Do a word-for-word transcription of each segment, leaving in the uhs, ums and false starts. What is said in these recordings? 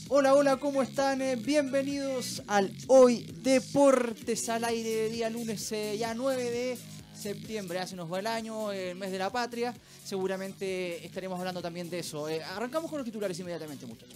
Hola, hola, ¿cómo están? Eh, bienvenidos al Hoy Deportes al Aire de día lunes, eh, ya nueve de septiembre. Ya se nos va el año, eh, el mes de la patria. Seguramente estaremos hablando también de eso. Eh, arrancamos con los titulares inmediatamente, muchachos.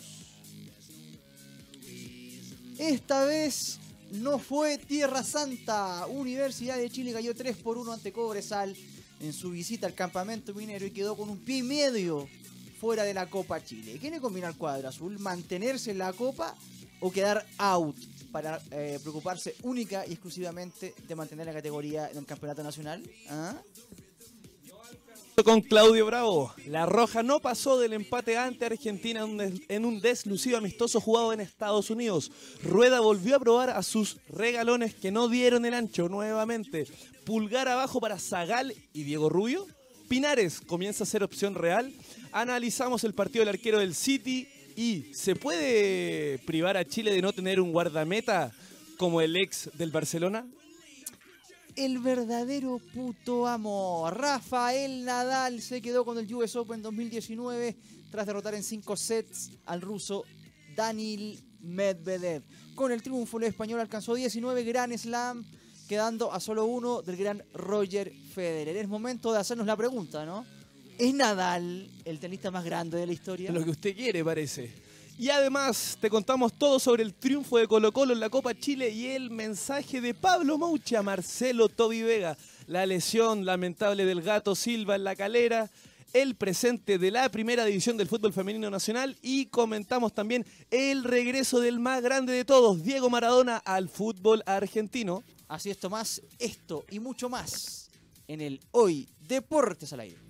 Esta vez no fue Tierra Santa. Universidad de Chile cayó tres por uno ante Cobresal en su visita al campamento minero y quedó con un pie y medio fuera de la Copa Chile. ¿Qué le combina al cuadro azul? ¿Mantenerse en la Copa o quedar out para eh, preocuparse única y exclusivamente de mantener la categoría en el campeonato nacional? ¿Ah? Con Claudio Bravo, la Roja no pasó del empate ante Argentina en un, des, en un deslucido amistoso jugado en Estados Unidos. Rueda volvió a probar a sus regalones que no dieron el ancho nuevamente. Pulgar abajo para Zagal y Diego Rubio. Pinares comienza a ser opción real. Analizamos el partido del arquero del City y ¿se puede privar a Chile de no tener un guardameta como el ex del Barcelona? El verdadero puto amo. Rafael Nadal se quedó con el U S Open dos mil diecinueve tras derrotar en cinco sets al ruso Daniil Medvedev. Con el triunfo, el español alcanzó diecinueve Grand Slam, quedando a solo uno del gran Roger Federer. Es momento de hacernos la pregunta, ¿no? ¿Es Nadal el tenista más grande de la historia? Lo que usted quiere, parece. Y además te contamos todo sobre el triunfo de Colo-Colo en la Copa Chile y el mensaje de Pablo Mouche a Marcelo Toby Vega, la lesión lamentable del Gato Silva en La Calera, el presente de la primera división del fútbol femenino nacional y comentamos también el regreso del más grande de todos, Diego Maradona, al fútbol argentino. Así es, Tomás, esto y mucho más en el Hoy Deportes al Aire.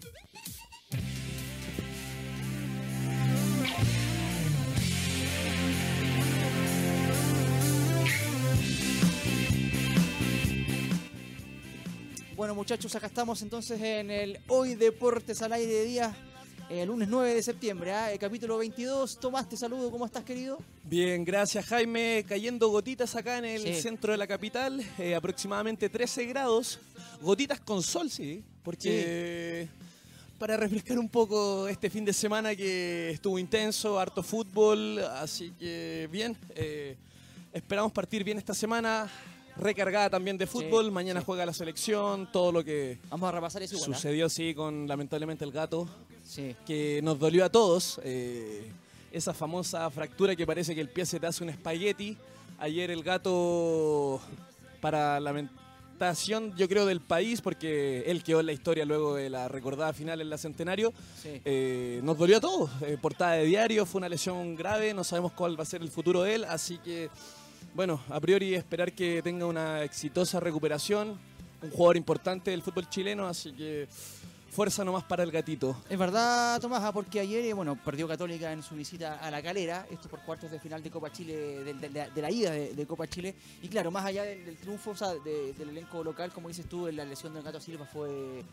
Bueno, muchachos, acá estamos entonces en el Hoy Deportes al Aire de día, el lunes nueve de septiembre, ¿eh? El capítulo veintidós. Tomás, te saludo, ¿cómo estás, querido? Bien, gracias, Jaime. Cayendo gotitas acá en el sí. centro de la capital, eh, aproximadamente trece grados. Gotitas con sol, sí, porque sí. Para refrescar un poco este fin de semana que estuvo intenso, harto fútbol, así que bien, eh, esperamos partir bien esta semana. Recargada también de fútbol, sí, mañana sí. Juega la selección, todo lo que Vamos a repasar eso igual, sucedió, ¿eh? Sí, con lamentablemente el Gato, sí. que nos dolió a todos, eh, esa famosa fractura que parece que el pie se te hace un espagueti. Ayer el Gato, para lamentación yo creo del país, porque él quedó en la historia luego de la recordada final en la Centenario, sí. eh, nos dolió a todos, eh, portada de diario, fue una lesión grave, no sabemos cuál va a ser el futuro de él, así que bueno, a priori esperar que tenga una exitosa recuperación, un jugador importante del fútbol chileno, así que fuerza nomás para el gatito. Es verdad, Tomás, porque ayer, bueno, perdió Católica en su visita a La Calera, esto por cuartos de final de Copa Chile, de, de, de, de la ida de, de Copa Chile, y claro, más allá del, del triunfo, o sea, de, del elenco local, como dices tú, la lesión del Gato Silva fue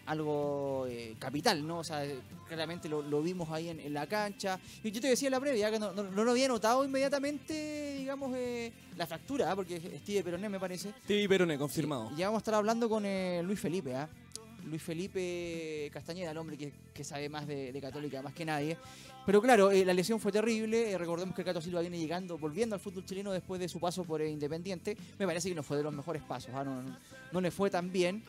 algo eh, capital, ¿no? O sea, claramente lo, lo vimos ahí en, en la cancha. Y yo te decía en la previa que no, no, no lo había notado inmediatamente, digamos, eh, la fractura, ¿eh? Porque es Steve Peroné, me parece. Steve Peroné, confirmado. Sí, y ya vamos a estar hablando con eh, Luis Felipe, ¿ah? ¿eh? Luis Felipe Castañeda, el hombre que, que sabe más de, de Católica, más que nadie. Pero claro, eh, la lesión fue terrible. Eh, recordemos que el Gato Silva viene llegando, volviendo al fútbol chileno después de su paso por eh, Independiente. Me parece que no fue de los mejores pasos, ¿ah? no, no, no le fue tan bien.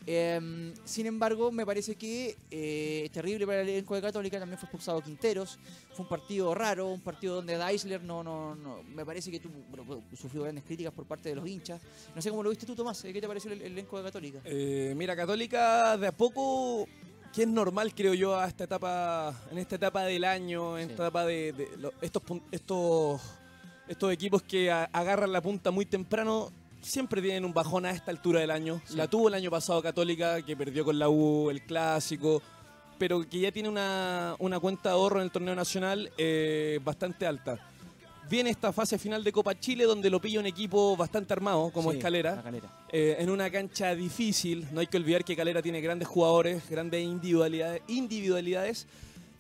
Eh, sin embargo, me parece que eh, terrible para el elenco de Católica. También fue expulsado Quinteros. Fue un partido raro, un partido donde Deisler no, no, no, me parece que tuvo, bueno, sufrió grandes críticas por parte de los hinchas. No sé cómo lo viste tú, Tomás. ¿Qué te pareció el, el elenco de Católica? Eh, mira, Católica de a poco, que es normal, creo yo, a esta etapa, en esta etapa del año, en sí. esta etapa de, de lo, estos, estos, estos equipos que a, agarran la punta muy temprano. Siempre tienen un bajón a esta altura del año. Sí. La tuvo el año pasado Católica, que perdió con la U, el clásico, pero que ya tiene una, una cuenta de ahorro en el torneo nacional eh, bastante alta. Viene esta fase final de Copa Chile, donde lo pilla un equipo bastante armado, como sí, es Calera, Calera. Eh, en una cancha difícil. No hay que olvidar que Calera tiene grandes jugadores, grandes individualidades, individualidades.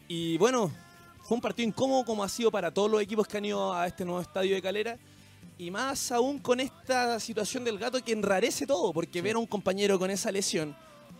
Y bueno, fue un partido incómodo como ha sido para todos los equipos que han ido a este nuevo estadio de Calera. Y más aún con esta situación del Gato que enrarece todo, porque sí. ver a un compañero con esa lesión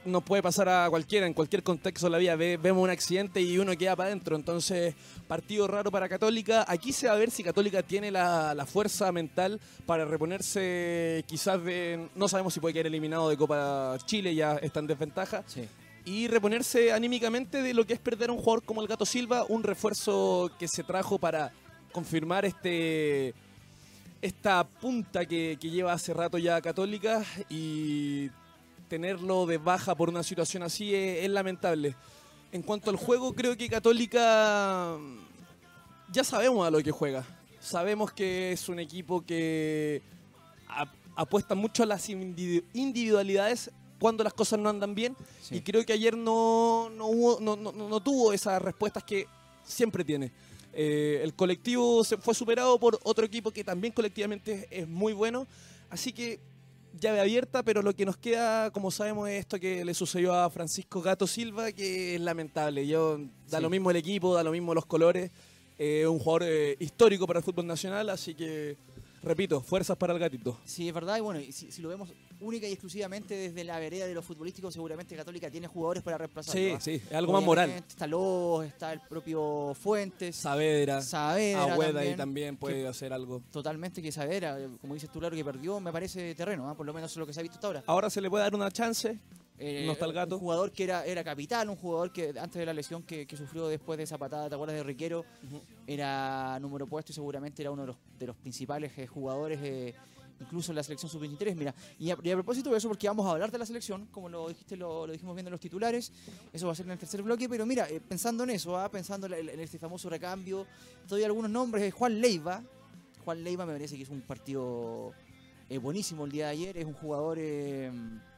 nos puede pasar a cualquiera, en cualquier contexto de la vida. Ve, vemos un accidente y uno queda para adentro. Entonces, partido raro para Católica. Aquí se va a ver si Católica tiene la, la fuerza mental para reponerse quizás de... No sabemos si puede quedar eliminado de Copa Chile, ya está en desventaja. Sí. Y reponerse anímicamente de lo que es perder a un jugador como el Gato Silva, un refuerzo que se trajo para confirmar este... esta punta que, que lleva hace rato ya Católica, y tenerlo de baja por una situación así es, es lamentable. En cuanto al juego, creo que Católica ya sabemos a lo que juega. Sabemos que es un equipo que ap apuesta mucho a las individualidades cuando las cosas no andan bien, sí. Y creo que ayer no, no, hubo, no, no, no tuvo esas respuestas que siempre tiene. Eh, el colectivo se fue superado por otro equipo que también colectivamente es muy bueno, así que llave abierta, pero lo que nos queda, como sabemos, es esto que le sucedió a Francisco Gato Silva, que es lamentable. Yo, da sí. lo mismo el equipo, da lo mismo los colores, es eh, un jugador eh, histórico para el fútbol nacional, así que, repito, fuerzas para el gatito. Sí, es verdad, y bueno, si, si lo vemos única y exclusivamente desde la vereda de los futbolísticos, seguramente Católica tiene jugadores para reemplazarlo. Sí, ¿eh? sí, es algo más moral. Está Lobos, está el propio Fuentes. Saavedra. Saavedra Agüeda también, ahí también puede que, hacer algo. Totalmente, que Saavedra, como dices tú, claro que perdió, me parece terreno, ¿eh? Por lo menos es lo que se ha visto hasta ahora. Ahora se le puede dar una chance. Eh, no está el Gato. Un jugador que era, era capital, un jugador que antes de la lesión que, que sufrió después de esa patada, ¿te acuerdas de Riquero? Uh-huh. Era número puesto y seguramente era uno de los, de los principales eh, jugadores, eh, incluso en la selección sub veintitrés. Mira, y a, y a propósito de eso, porque vamos a hablar de la selección, como lo dijiste, lo, lo dijimos viendo en los titulares, eso va a ser en el tercer bloque, pero mira, eh, pensando en eso, ¿eh? pensando en, en este famoso recambio, doy algunos nombres, eh, Juan Leiva. Juan Leiva me parece que es un partido eh, buenísimo el día de ayer, es un jugador... Eh,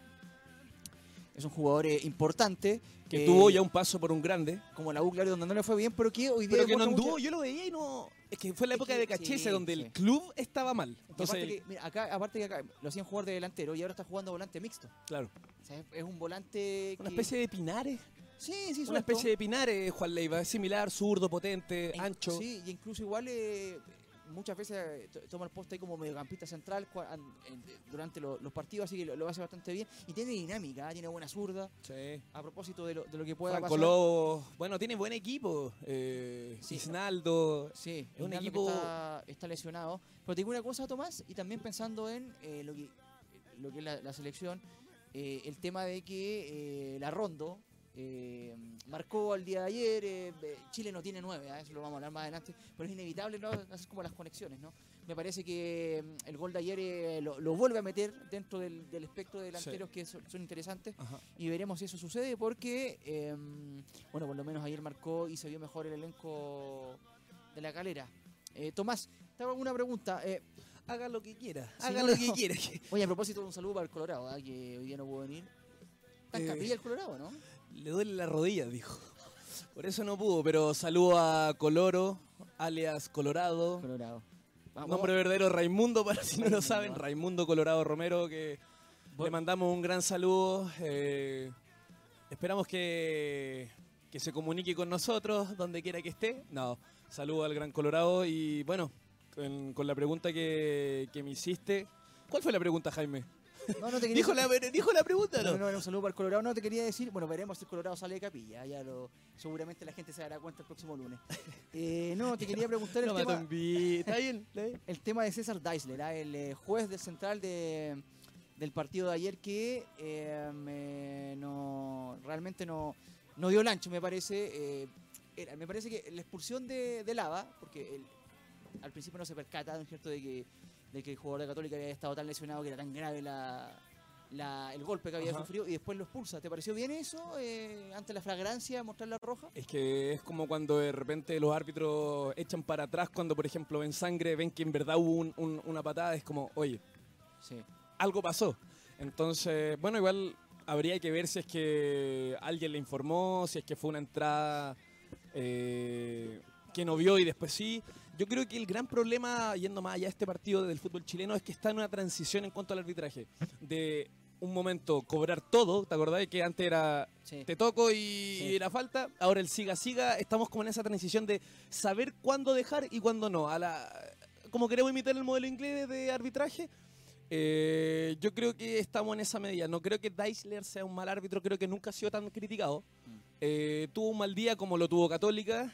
Es un jugador eh, importante. Que eh, tuvo ya un paso por un grande. Como la U, claro, donde no le fue bien, pero que hoy día... Pero que no anduvo, mucho... yo lo veía y no... Es que fue la época que, de Cachese, sí, donde sí. el club estaba mal. Entonces, aparte, que, mira, acá, aparte que acá lo hacían jugar de delantero y ahora está jugando volante mixto. Claro. O sea, es, es un volante Una que... especie de Pinares. Sí, sí, Una especie de Pinares, Juan Leiva. Es similar, zurdo, potente, e, ancho. Sí, y incluso igual... Eh, muchas veces toma el poste ahí como mediocampista central durante los partidos, así que lo, lo hace bastante bien. Y tiene dinámica, ¿eh? Tiene buena zurda. Sí. A propósito de lo, de lo que pueda Franco pasar. Lobo, bueno, tiene buen equipo. Eh, sí, Isnaldo. Sí, es un equipo... Está, está lesionado. Pero te digo una cosa, Tomás, y también pensando en eh, lo, que, lo que es la, la selección, eh, el tema de que eh, la Rondo... Eh, marcó al día de ayer, eh, Chile no tiene nueve, ¿eh? Eso lo vamos a hablar más adelante, pero es inevitable, ¿no? Hacer como las conexiones, ¿no? Me parece que el gol de ayer eh, lo, lo vuelve a meter dentro del, del espectro de delanteros, sí. que son, son interesantes. Ajá. Y veremos si eso sucede porque, eh, bueno, por lo menos ayer marcó y se vio mejor el elenco de la Calera. Eh, Tomás, te hago alguna pregunta. Eh, haga lo que quiera, si haga no, lo no. que quiera. Oye, a propósito, un saludo para el Colorado, ¿eh? Que hoy día no pudo venir. Está en eh, capilla el Colorado, ¿no? Le duele la rodilla, dijo. Por eso no pudo, pero saludo a Coloro, alias Colorado. Colorado. Vamos. Nombre verdadero Raimundo, para si no lo saben. Raimundo Colorado Romero, que ¿Vos? Le mandamos un gran saludo. Eh, esperamos que, que se comunique con nosotros, donde quiera que esté. No, saludo al gran Colorado. Y bueno, con, con la pregunta que, que me hiciste. ¿Cuál fue la pregunta, Jaime? No, no te ¿Dijo, la, ¿Dijo la pregunta no? No, no, no, un saludo para el Colorado. No, te quería decir, bueno, veremos si el Colorado sale de capilla. Ya lo, seguramente la gente se dará cuenta el próximo lunes. Eh, no, te quería preguntar el no, tema... Está bien, está bien. El tema de César Deisler, ¿eh? el eh, juez del central de, del partido de ayer que eh, me, no, realmente no, no dio el ancho, me parece. Eh, era, me parece que la expulsión de, de Lava, porque él, al principio no se percata, ¿no es cierto?, de que de que el jugador de Católica había estado tan lesionado, que era tan grave la, la, el golpe que había Ajá. sufrido, y después lo expulsa. ¿Te pareció bien eso, eh, ante la flagrancia, mostrar la roja? Es que es como cuando de repente los árbitros echan para atrás cuando, por ejemplo, ven sangre, ven que en verdad hubo un, un, una patada, es como, oye, sí. algo pasó. Entonces, bueno, igual habría que ver si es que alguien le informó, si es que fue una entrada eh, que no vio y después sí. Yo creo que el gran problema, yendo más allá de este partido del fútbol chileno, es que está en una transición en cuanto al arbitraje. De un momento cobrar todo, ¿te acordás que antes era sí. te toco y sí. era falta? Ahora el siga siga, estamos como en esa transición de saber cuándo dejar y cuándo no. A la, como queremos imitar el modelo inglés de arbitraje, Eh, yo creo que estamos en esa medida. No creo que Deisler sea un mal árbitro, creo que nunca ha sido tan criticado. Eh, tuvo un mal día como lo tuvo Católica,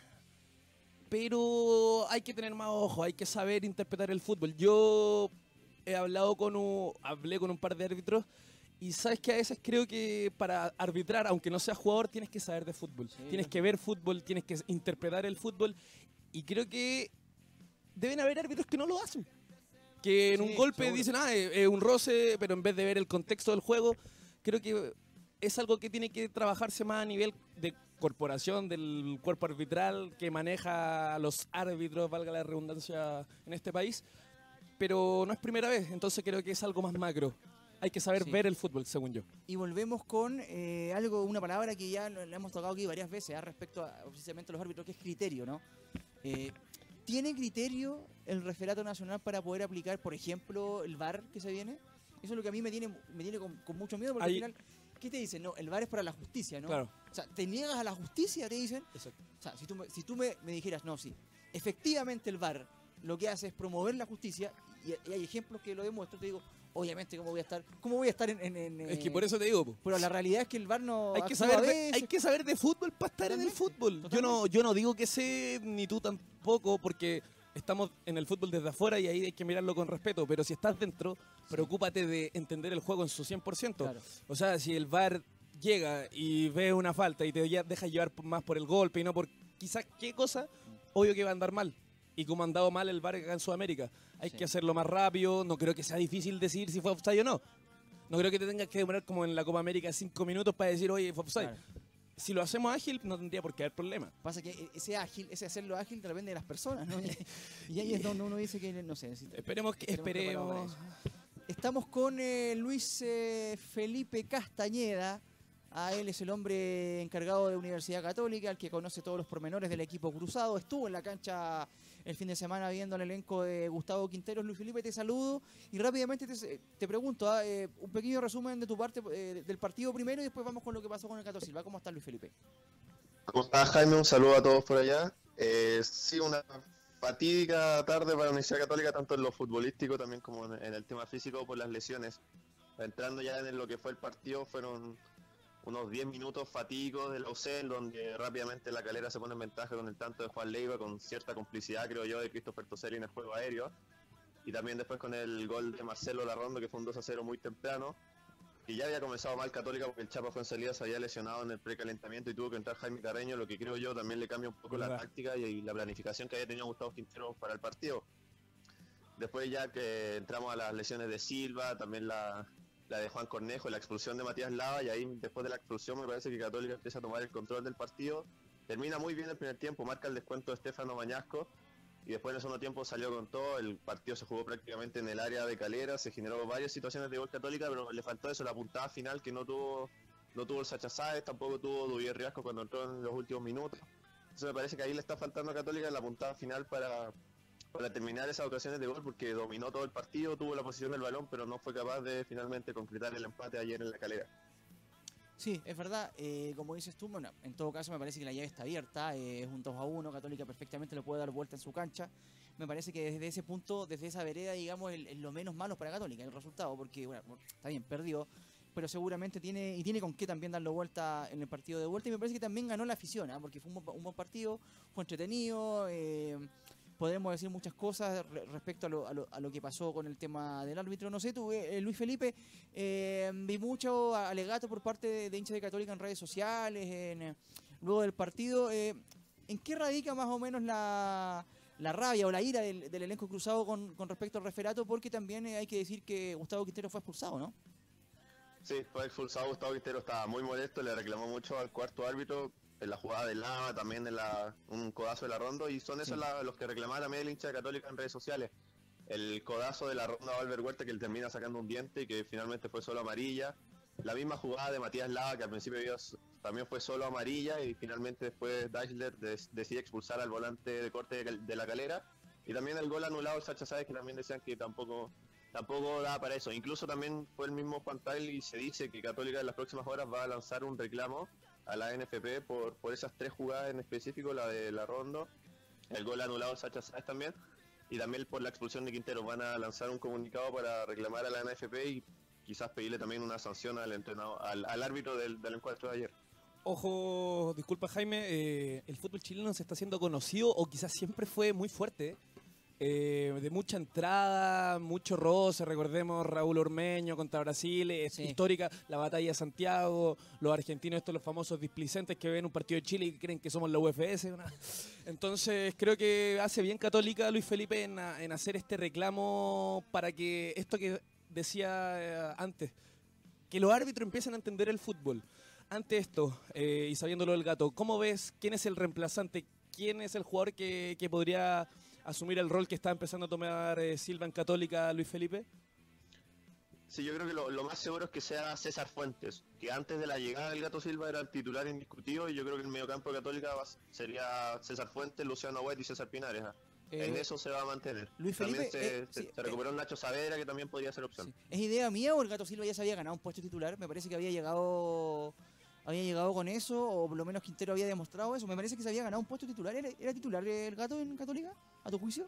pero hay que tener más ojo, hay que saber interpretar el fútbol. Yo he hablado con un, hablé con un par de árbitros y sabes que a veces creo que para arbitrar, aunque no seas jugador, tienes que saber de fútbol. Sí, tienes que ver fútbol, tienes que interpretar el fútbol y creo que deben haber árbitros que no lo hacen. Que en sí, un golpe seguro. Dicen, ah, es, es un roce, pero en vez de ver el contexto del juego, creo que es algo que tiene que trabajarse más a nivel de corporación, del cuerpo arbitral que maneja a los árbitros, valga la redundancia, en este país. Pero no es primera vez, entonces creo que es algo más macro. Hay que saber sí. ver el fútbol, según yo. Y volvemos con eh, algo, una palabra que ya le hemos tocado aquí varias veces, ¿eh? Respecto a precisamente a los árbitros, que es criterio, ¿no? Eh, ¿Tiene criterio el referato nacional para poder aplicar, por ejemplo, el V A R que se viene? Eso es lo que a mí me tiene, me tiene con, con mucho miedo, porque Ahí... al final, ¿qué te dicen? No, el V A R es para la justicia, ¿no? Claro. O sea, ¿te niegas a la justicia, te dicen? Exacto. O sea, si tú, me, si tú me, me dijeras, no, sí, efectivamente el V A R lo que hace es promover la justicia, y, y hay ejemplos que lo demuestran, te digo, obviamente, ¿cómo voy a estar cómo voy a estar en...? en, en es que por eso te digo. Po. Pero la realidad es que el V A R no... Hay que, saber de, hay que saber de fútbol para estar Totalmente. en el fútbol. Yo no, yo no digo que sé, ni tú tampoco, porque... Estamos en el fútbol desde afuera y ahí hay que mirarlo con respeto, pero si estás dentro, sí. preocúpate de entender el juego en su cien por ciento. Claro. O sea, si el V A R llega y ve una falta y te deja llevar más por el golpe y no por quizás qué cosa, obvio que va a andar mal. Y como ha andado mal el V A R acá en Sudamérica, hay sí. que hacerlo más rápido, no creo que sea difícil decir si fue offside o no. No creo que te tengas que demorar como en la Copa América cinco minutos para decir, oye, fue offside. Claro. Si lo hacemos ágil, no tendría por qué haber problema. Pasa que ese ágil, ese hacerlo ágil depende de las personas, ¿no? Y ahí es donde uno dice que, no sé. Necesita, esperemos que, esperemos. Que Estamos con eh, Luis eh, Felipe Castañeda. A él es el hombre encargado de Universidad Católica, el que conoce todos los pormenores del equipo cruzado. Estuvo en la cancha el fin de semana viendo el elenco de Gustavo Quinteros. Luis Felipe, te saludo y rápidamente te, te pregunto, ¿eh? un pequeño resumen de tu parte eh, del partido primero y después vamos con lo que pasó con el Cato Silva. ¿Cómo estás, Luis Felipe? ¿Cómo estás, Jaime? Un saludo a todos por allá. Eh, sí, una fatídica tarde para la Universidad Católica, tanto en lo futbolístico también como en el tema físico por las lesiones. Entrando ya en lo que fue el partido, fueron unos diez minutos fatídicos de la U C L, donde rápidamente la Calera se pone en ventaja con el tanto de Juan Leiva, con cierta complicidad, creo yo, de Christopher Toselli en el juego aéreo, y también después con el gol de Marcelo Larrondo, que fue un dos a cero muy temprano, y ya había comenzado mal Católica porque el Chapa Fuenzalida se había lesionado en el precalentamiento y tuvo que entrar Jaime Carreño, lo que creo yo también le cambia un poco la táctica y, y la planificación que había tenido Gustavo Quintero para el partido. Después ya que entramos a las lesiones de Silva, también la... la de Juan Cornejo, la expulsión de Matías Lava, y ahí después de la expulsión me parece que Católica empieza a tomar el control del partido, termina muy bien el primer tiempo, marca el descuento de Estefano Bañasco, y después en el segundo tiempo salió con todo, el partido se jugó prácticamente en el área de Calera, se generó varias situaciones de gol Católica, pero le faltó eso, la puntada final que no tuvo no tuvo el Sacha Sáez, tampoco tuvo Duvier Riasco cuando entró en los últimos minutos, entonces me parece que ahí le está faltando a Católica la puntada final para... para terminar esas ocasiones de gol, porque dominó todo el partido, tuvo la posición del balón, pero no fue capaz de finalmente concretar el empate ayer en la Calera. Sí, es verdad, eh, como dices tú, bueno, en todo caso me parece que la llave está abierta, eh, es un dos a uno, Católica perfectamente lo puede dar vuelta en su cancha. Me parece que desde ese punto, desde esa vereda, digamos, es lo menos malo para Católica, el resultado, porque, bueno, está bien, perdió, pero seguramente tiene, y tiene con qué también darlo vuelta en el partido de vuelta, y me parece que también ganó la afición, ¿eh? Porque fue un, un buen partido, fue entretenido, eh, podemos decir muchas cosas re respecto a lo, a, lo, a lo que pasó con el tema del árbitro. No sé, tú, eh, Luis Felipe, eh, vi mucho alegato por parte de, de hinchas de Católica en redes sociales, en, eh, luego del partido. Eh, ¿En qué radica más o menos la, la rabia o la ira del, del elenco cruzado con, con respecto al referato? Porque también eh, hay que decir que Gustavo Quintero fue expulsado, ¿no? Sí, fue expulsado. Gustavo Quintero estaba muy molesto, le reclamó mucho al cuarto árbitro, en la jugada de Lava, también en la, un codazo de la Rondo, y son esos sí. la, los que reclamaba también el hincha de Católica en redes sociales. El codazo de la Ronda a Valver Huerta, que él termina sacando un diente y que finalmente fue solo amarilla. La misma jugada de Matías Lava, que al principio también fue solo amarilla, y finalmente después Deisler des, decide expulsar al volante de corte de, de la Calera. Y también el gol anulado al Sacha Sáez, que también decían que tampoco tampoco daba para eso. Incluso también fue el mismo Juan Tagle y se dice que Católica en las próximas horas va a lanzar un reclamo a la N F P por, por esas tres jugadas en específico, la de la Rondo, el gol anulado al Sacha Sáez también, y también por la expulsión de Quintero. Van a lanzar un comunicado para reclamar a la N F P y quizás pedirle también una sanción al entrenador, al, al árbitro del, del encuentro de ayer. Ojo, disculpa Jaime, eh, el fútbol chileno se está haciendo conocido o quizás siempre fue muy fuerte, eh, de mucha entrada, mucho roce. Recordemos Raúl Ormeño contra Brasil, es Sí. histórica la batalla de Santiago, los argentinos, estos los famosos displicentes que ven un partido de Chile y creen que somos la U F S. Una... Entonces creo que hace bien Católica Luis Felipe en, en hacer este reclamo para que esto que decía eh, antes, que los árbitros empiecen a entender el fútbol. Ante esto, eh, y sabiéndolo del Gato, ¿cómo ves quién es el reemplazante? ¿Quién es el jugador que, que podría asumir el rol que está empezando a tomar eh, Silva en Católica, Luis Felipe? Sí, yo creo que lo, lo más seguro es que sea César Fuentes, que antes de la llegada del Gato Silva era el titular indiscutido, y yo creo que el mediocampo de Católica va- sería César Fuentes, Luciano Huet y César Pinares. ¿ah? Eh, En eso se va a mantener. Luis También Felipe, se, eh, se- sí, se recuperó Nacho Saavedra, que también podría ser opción. Sí. ¿Es idea mía o el Gato Silva ya se había ganado un puesto titular? Me parece que había llegado había llegado con eso, o por lo menos Quintero había demostrado eso. Me parece que se había ganado un puesto titular. ¿Era, era titular el Gato en Católica? ¿A tu juicio?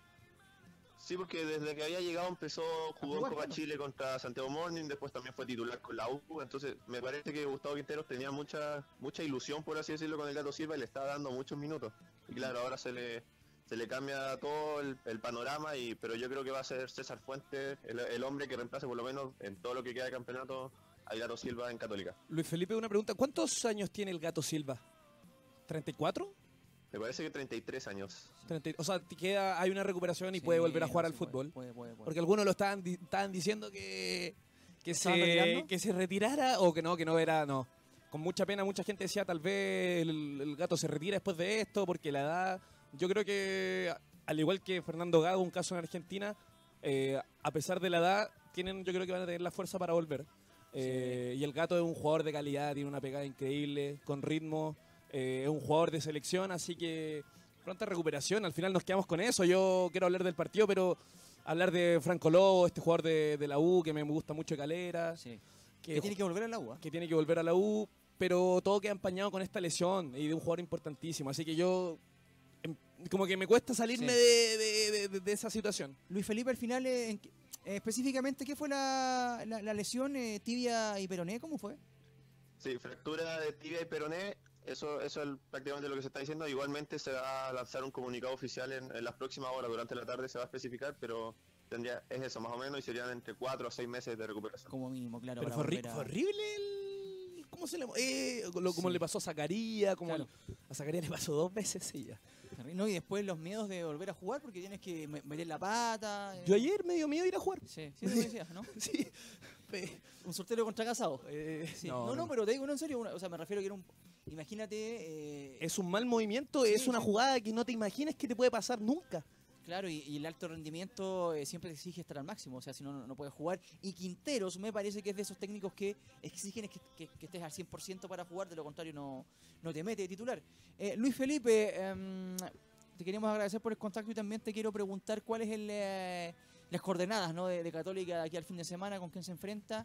Sí, porque desde que había llegado empezó, jugó en jugar, Copa claro. Chile contra Santiago Morning, después también fue titular con la U, entonces me parece que Gustavo Quinteros tenía mucha mucha ilusión, por así decirlo, con el Gato Silva y le estaba dando muchos minutos. Y claro, ahora se le se le cambia todo el, el panorama, y pero yo creo que va a ser César Fuentes el, el hombre que reemplace por lo menos en todo lo que queda de campeonato al Gato Silva en Católica. Luis Felipe, una pregunta. ¿Cuántos años tiene el Gato Silva? ¿treinta y cuatro? Me parece que treinta y tres años. treinta, o sea, te queda, hay una recuperación y Sí, puede volver a jugar no, al sí puede, fútbol. Puede, puede, puede. Porque algunos lo estaban, di- estaban diciendo que, que, ¿Estaban se, retirando? que se retirara o que no, que no era, no. Con mucha pena, mucha gente decía tal vez el, el Gato se retira después de esto porque la edad. Yo creo que, al igual que Fernando Gago, un caso en Argentina, eh, a pesar de la edad, tienen, yo creo que van a tener la fuerza para volver. Eh, Y el Gato es un jugador de calidad, tiene una pegada increíble, con ritmo, eh, es un jugador de selección, así que pronta recuperación. Al final nos quedamos con eso. Yo quiero hablar del partido, pero hablar de Franco Lobo, este jugador de, de la U que me gusta mucho de Calera, Sí. que, Que tiene que volver al agua. que tiene que volver a la U, pero todo queda empañado con esta lesión y de un jugador importantísimo. Así que yo, em, como que me cuesta salirme Sí. de, de- de- de esa situación. Luis Felipe, al final, eh, en qué- eh, específicamente, ¿qué fue la, la, la lesión? Eh, ¿Tibia y peroné? ¿Cómo fue? Sí, fractura de tibia y peroné, eso, eso es prácticamente lo que se está diciendo. Igualmente se va a lanzar un comunicado oficial en, en las próximas horas, durante la tarde se va a especificar, pero tendría es eso más o menos, y serían entre cuatro a seis meses de recuperación. Como mínimo, claro. Pero para fue, horri- volver a- fue horrible el... ¿Cómo se le... Eh, lo- como Sí. le pasó a Zacarías, como Claro. a Zacarías le pasó dos veces, sí, ya. No, y después los miedos de volver a jugar porque tienes que me- meter la pata. eh. Yo ayer me dio miedo ir a jugar. Sí, sí, me decías, ¿no? Sí. Pe- Un sorteo contra Casado. eh, Sí. No, no, pero te digo, no, en serio, una- o sea, me refiero que era un... Imagínate... eh, Es un mal movimiento, Sí, es una sí. jugada que no te imaginas que te puede pasar nunca. Claro, y, y el alto rendimiento eh, siempre exige estar al máximo, o sea, si no, no, no puedes jugar. Y Quinteros me parece que es de esos técnicos que exigen que, que- que estés al cien por ciento para jugar, de lo contrario no, no te mete de titular. Eh, Luis Felipe, em, te queremos agradecer por el contacto y también te quiero preguntar cuál es el, eh, las coordenadas, ¿no? de, de Católica de aquí al fin de semana, con quién se enfrenta.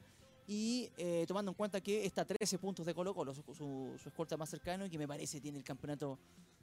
Y eh, tomando en cuenta que está a trece puntos de Colo Colo, su, su, su escolta más cercano, y que me parece tiene el campeonato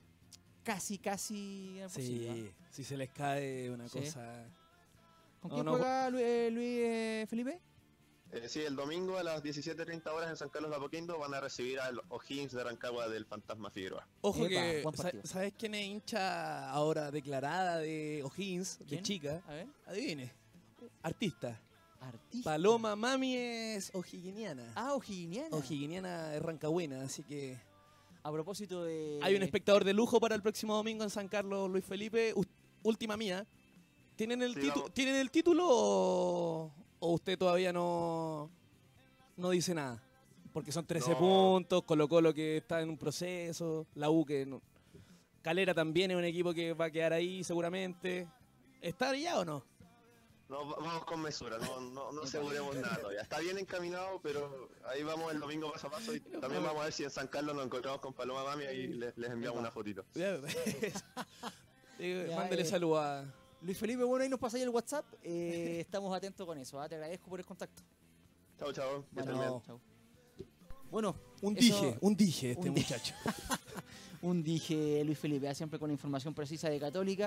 casi, casi... posible, ¿no? Sí, si se les cae una Sí. cosa... ¿Con No, quién no, juega Lu- eh, Luis eh, Felipe? Eh, sí, el domingo a las diecisiete treinta horas en San Carlos de Apoquindo van a recibir al O'Higgins de Rancagua del Fantasma Figueroa. Ojo Epa, que, buen sa- partido. ¿sabes quién es hincha ahora declarada de O'Higgins, de ¿Quién? chica? A ver. Adivine. Artista. Artista. Paloma Mami es o'higginiana. Ah, O'Higginiana. O'higginiana es rancagüena, así que... A propósito de... Hay un espectador de lujo para el próximo domingo en San Carlos, Luis Felipe. U- última mía. ¿Tienen el, Sí, titu- vamos. ¿Tienen el título o, o usted todavía no, no dice nada? Porque son trece No. puntos, Colo Colo que está en un proceso, la U que... No, Calera también es un equipo que va a quedar ahí seguramente. ¿Está ya o no? No, va- vamos con mesura, no, no, no aseguremos nada todavía. Está bien encaminado, pero ahí vamos el domingo paso a paso, y también vamos a ver si en San Carlos nos encontramos con Paloma Mami y les, les enviamos una fotito. Ya, Eh, Ya, Mándele eh. salud a... Luis Felipe, bueno, ahí nos pasáis el WhatsApp. eh, estamos atentos con eso. ¿ah? Te agradezco por el contacto. Chao, chao. que estén Bueno, bien. chau. Bueno, Un eso- dije, un dije este un di- muchacho. un dije Luis Felipe, ¿ah? siempre con información precisa de Católica.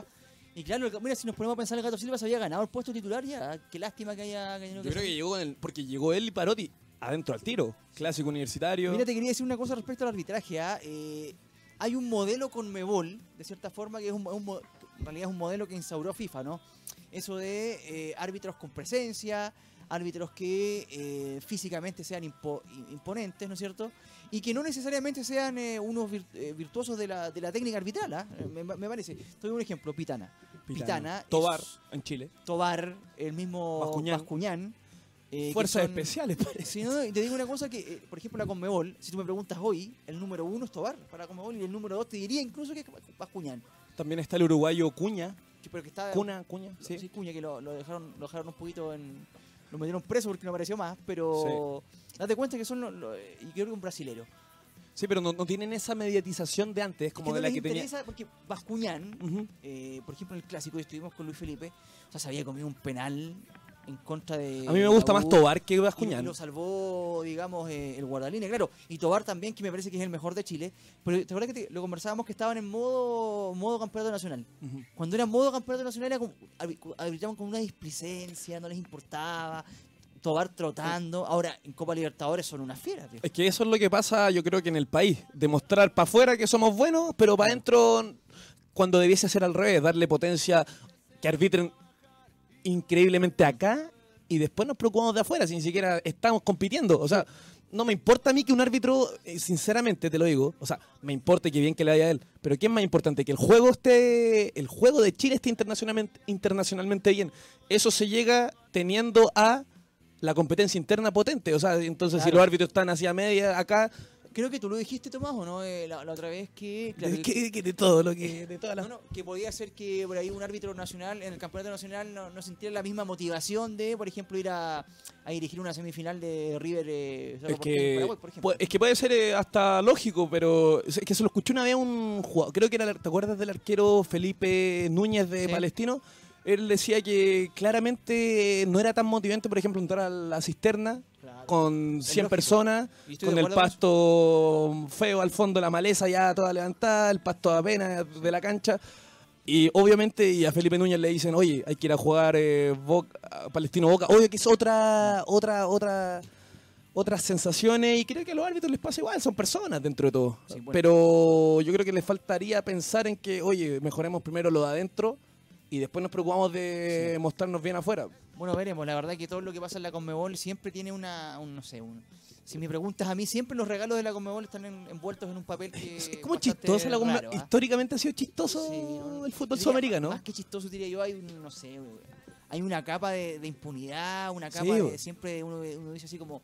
Y claro, mira, si nos ponemos a pensar, el Gato Silva se había ganado el puesto titular ya. Qué lástima que haya tenido Yo que creo que salir. llegó con el, porque llegó él y Parotti adentro al tiro. Clásico universitario. Mira, te quería decir una cosa respecto al arbitraje. ¿ah? Eh, hay un modelo con Mebol, de cierta forma, que es un, un mo- en realidad es un modelo que instauró FIFA, ¿no? Eso de eh, árbitros con presencia, árbitros que eh, físicamente sean impo- imponentes, ¿no es cierto? Y que no necesariamente sean eh, unos vir- eh, virtuosos de la, de la técnica arbitral, ¿ah? Eh, me, me parece. Te doy un ejemplo, Pitana. Pitana, Tobar, es- en Chile. Tobar, el mismo Bascuñán. Bascuñán. eh, que Fuerzas son- especiales, parece. Sí, no, y te digo una cosa que, eh, por ejemplo, la Conmebol, si tú me preguntas hoy, el número uno es Tobar para Conmebol y el número dos te diría incluso que es Bascuñán. También está el uruguayo Cuña. Que- Pero que está... Cuna, Cuña, Sí, sí. Cuña, que lo, lo dejaron lo dejaron un poquito en... Lo metieron preso porque no apareció más, pero... Date cuenta que son... los los- y creo que un brasilero. Sí, pero no, no tienen esa mediatización de antes, como Es que de no la les que tenía. interesa porque Bascuñán, Ujú. eh, por ejemplo, en el clásico que estuvimos con Luis Felipe, o sea, se había comido un penal en contra de... A mí me gusta la más U. Tobar que Y Bascuñán. lo salvó, digamos, eh, el guardalínea, claro. Y Tobar también, que me parece que es el mejor de Chile. Pero te acuerdas que te- lo conversábamos que estaban en modo modo campeonato nacional. Ujú. Cuando era modo campeonato nacional, era como, arbi- arbitraban con una displicencia, no les importaba. Tobar trotando. Ahora, en Copa Libertadores son unas fieras, tío. Es que eso es lo que pasa, yo creo que en el país. Demostrar para afuera que somos buenos, pero para adentro, cuando debiese ser al revés, darle potencia, que arbitren increíblemente acá y después nos preocupamos de afuera, si ni siquiera estamos compitiendo. O sea, no me importa a mí que un árbitro, eh, sinceramente te lo digo, o sea, me importa que bien que le vaya a él, pero ¿qué es más importante? Que el juego esté, el juego de Chile esté internacionalmente, internacionalmente bien. Eso se llega teniendo a la competencia interna potente. O sea, entonces si Claro. los árbitros están hacia media acá, Creo que tú lo dijiste, Tomás, ¿o no? Eh, la, la otra vez que... claro, de, que- que de todo lo que, de todas las... No, no, que podía ser que por ahí un árbitro nacional en el campeonato nacional no, no sintiera la misma motivación de, por ejemplo, ir a, a dirigir una semifinal de River eh, Cerro Es Porteño, que, Paraguay, por ejemplo. pu- es que puede ser eh, hasta lógico, pero es que se lo escuché una vez a un jugador, creo que era, ¿te acuerdas del arquero Felipe Núñez de Sí. Palestino? Él decía que claramente no era tan motivante, por ejemplo, entrar a la cisterna Claro. con Es cien lógico. personas, Y estoy con de el acuerdo con pasto feo al fondo, la maleza ya toda levantada, el pasto apenas de la cancha. Y obviamente y a Felipe Núñez le dicen, oye, hay que ir a jugar eh, Boca- a Palestino Boca. Obvio que es otra, otra, otra, otras sensaciones y creo que a los árbitros les pasa igual, son personas dentro de todo. Sí, bueno. Pero yo creo que les faltaría pensar en que, oye, mejoremos primero lo de adentro y después nos preocupamos de Sí. mostrarnos bien afuera. Bueno, veremos. La verdad que todo lo que pasa en la Conmebol siempre tiene una, un, no sé, un... Si me preguntas a mí, siempre los regalos de la Conmebol están en- envueltos en un papel que Es es como bastante chistosa la comba- raro, ¿ah? históricamente ha sido chistoso Sí, no, el fútbol diría, sudamericano. Más que chistoso, diría yo, hay un, no sé, hay una capa de, de impunidad, una capa Sí, de bo. siempre uno, uno dice así como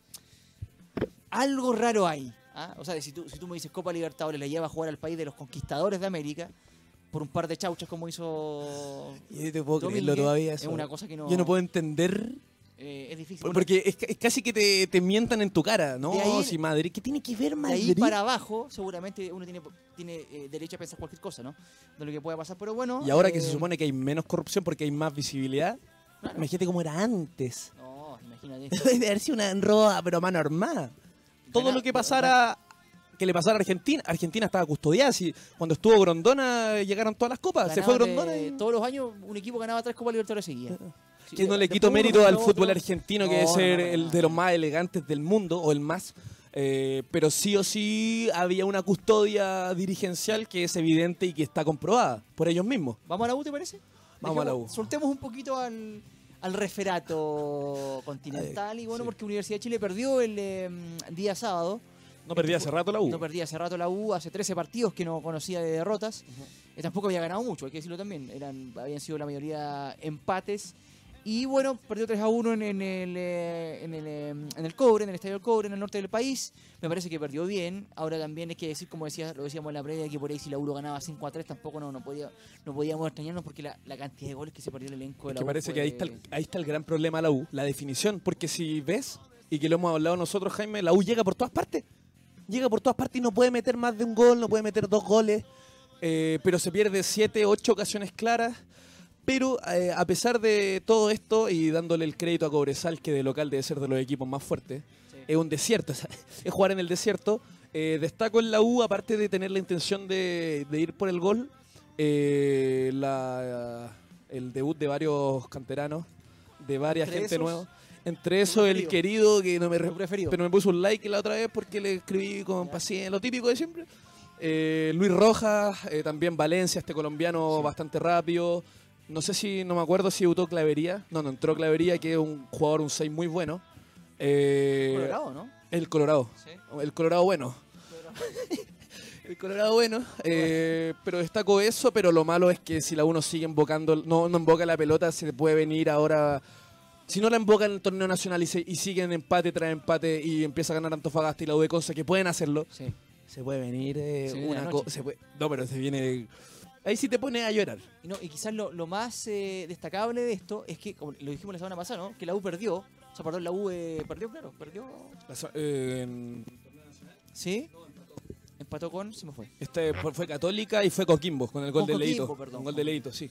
algo raro hay. ¿ah? O sea, si tú, si tú me dices Copa Libertadores le lleva a jugar al país de los conquistadores de América por un par de chauchas como hizo Yo te puedo Domínguez, creerlo todavía es eso. una cosa que no, Yo no puedo entender, eh, es difícil. por- Bueno, porque es, ca- es casi que te, te mientan en tu cara, ¿no? De ahí- Si Madrid, ¿qué tiene que ver de Madrid? ahí para abajo, seguramente uno tiene, tiene eh, derecho a pensar cualquier cosa, ¿no? De lo que pueda pasar, pero bueno. Y ahora que eh, se supone que hay menos corrupción porque hay más visibilidad, claro. imagínate cómo era antes. No, imagínate. Debe haber sido una roba, pero más normal. Todo Ganar- lo que pasara, que le pasara a Argentina, Argentina estaba custodiada. Si cuando estuvo Grondona llegaron todas las copas, se fue Ganaban de- Grondona. y- Todos los años un equipo ganaba tres Copas Libertadores seguidas. Sí, Que no le después quito uno mérito ganó al otro. fútbol argentino, que No, debe no, ser no, no, el no. de los más elegantes del mundo, o el más. Eh, pero sí o sí había una custodia dirigencial que es evidente y que está comprobada por ellos mismos. ¿Vamos a la U, te parece? Vamos a la Dejemos- U. Soltemos un poquito al, al referato continental. Y bueno, sí. porque Universidad de Chile perdió el eh, día sábado. No perdía hace rato la U. No perdía hace rato la U, hace trece partidos que no conocía de derrotas. Eh, tampoco había ganado mucho, hay que decirlo también. Eran, habían sido la mayoría empates. Y bueno, perdió tres a uno en, en el, eh, en, el, eh, en el Cobre, en el Estadio del Cobre, en el norte del país. Me parece que perdió bien. Ahora también hay que decir, como decía, lo decíamos en la previa, que por ahí si la U lo ganaba cinco a tres tampoco no, no, podía, no podíamos extrañarnos porque la, la cantidad de goles que se perdió el elenco de Es la que U parece fue- que ahí está, el, ahí está el gran problema de la U, la definición. Porque si ves, y que lo hemos hablado nosotros, Jaime, la U llega por todas partes. Llega por todas partes y no puede meter más de un gol, no puede meter dos goles. eh, pero se pierde siete, ocho ocasiones claras. Pero eh, a pesar de todo esto, y dándole el crédito a Cobresal, que de local debe ser de los equipos más fuertes, Sí. es un desierto, o sea, es jugar en el desierto. Eh, destaco en la U, aparte de tener la intención de, de ir por el gol, eh, la, el debut de varios canteranos, de varias Entre gente esos, nueva. Entre eso, el preferido? querido, que no me re- Tu preferido. pero me puso un like la otra vez porque le escribí con Ya. paciencia, lo típico de siempre. Eh, Luis Rojas, eh, también Valencia, este colombiano Sí. bastante rápido. No sé si, no me acuerdo si debutó Clavería. No, no entró Clavería, que es un jugador, un seis muy bueno. Eh, Colorado, ¿no? El Colorado. Sí. El Colorado bueno. El Colorado bueno. eh, pero destaco eso, pero lo malo es que si la uno sigue invocando, no, no invoca la pelota, se le puede venir ahora. Si no la invoca en el torneo nacional y, se, y sigue en empate tras empate y empieza a ganar Antofagasta y la U de Conce, que pueden hacerlo, Sí. se puede venir eh, Se viene una la cosa. noche. No, pero se viene. Ahí sí te pone a llorar. Y, no, y quizás lo, lo más eh, destacable de esto es que, como lo dijimos la semana pasada, ¿no? Que la U perdió. O sea, perdón, la U eh, perdió, claro, perdió. La so- eh, en- ¿Sí? Empató con, se me fue. este fue fue Católica y fue Coquimbo con el gol Con de Coquimbo, Leito. perdón. Un gol de Leito, sí.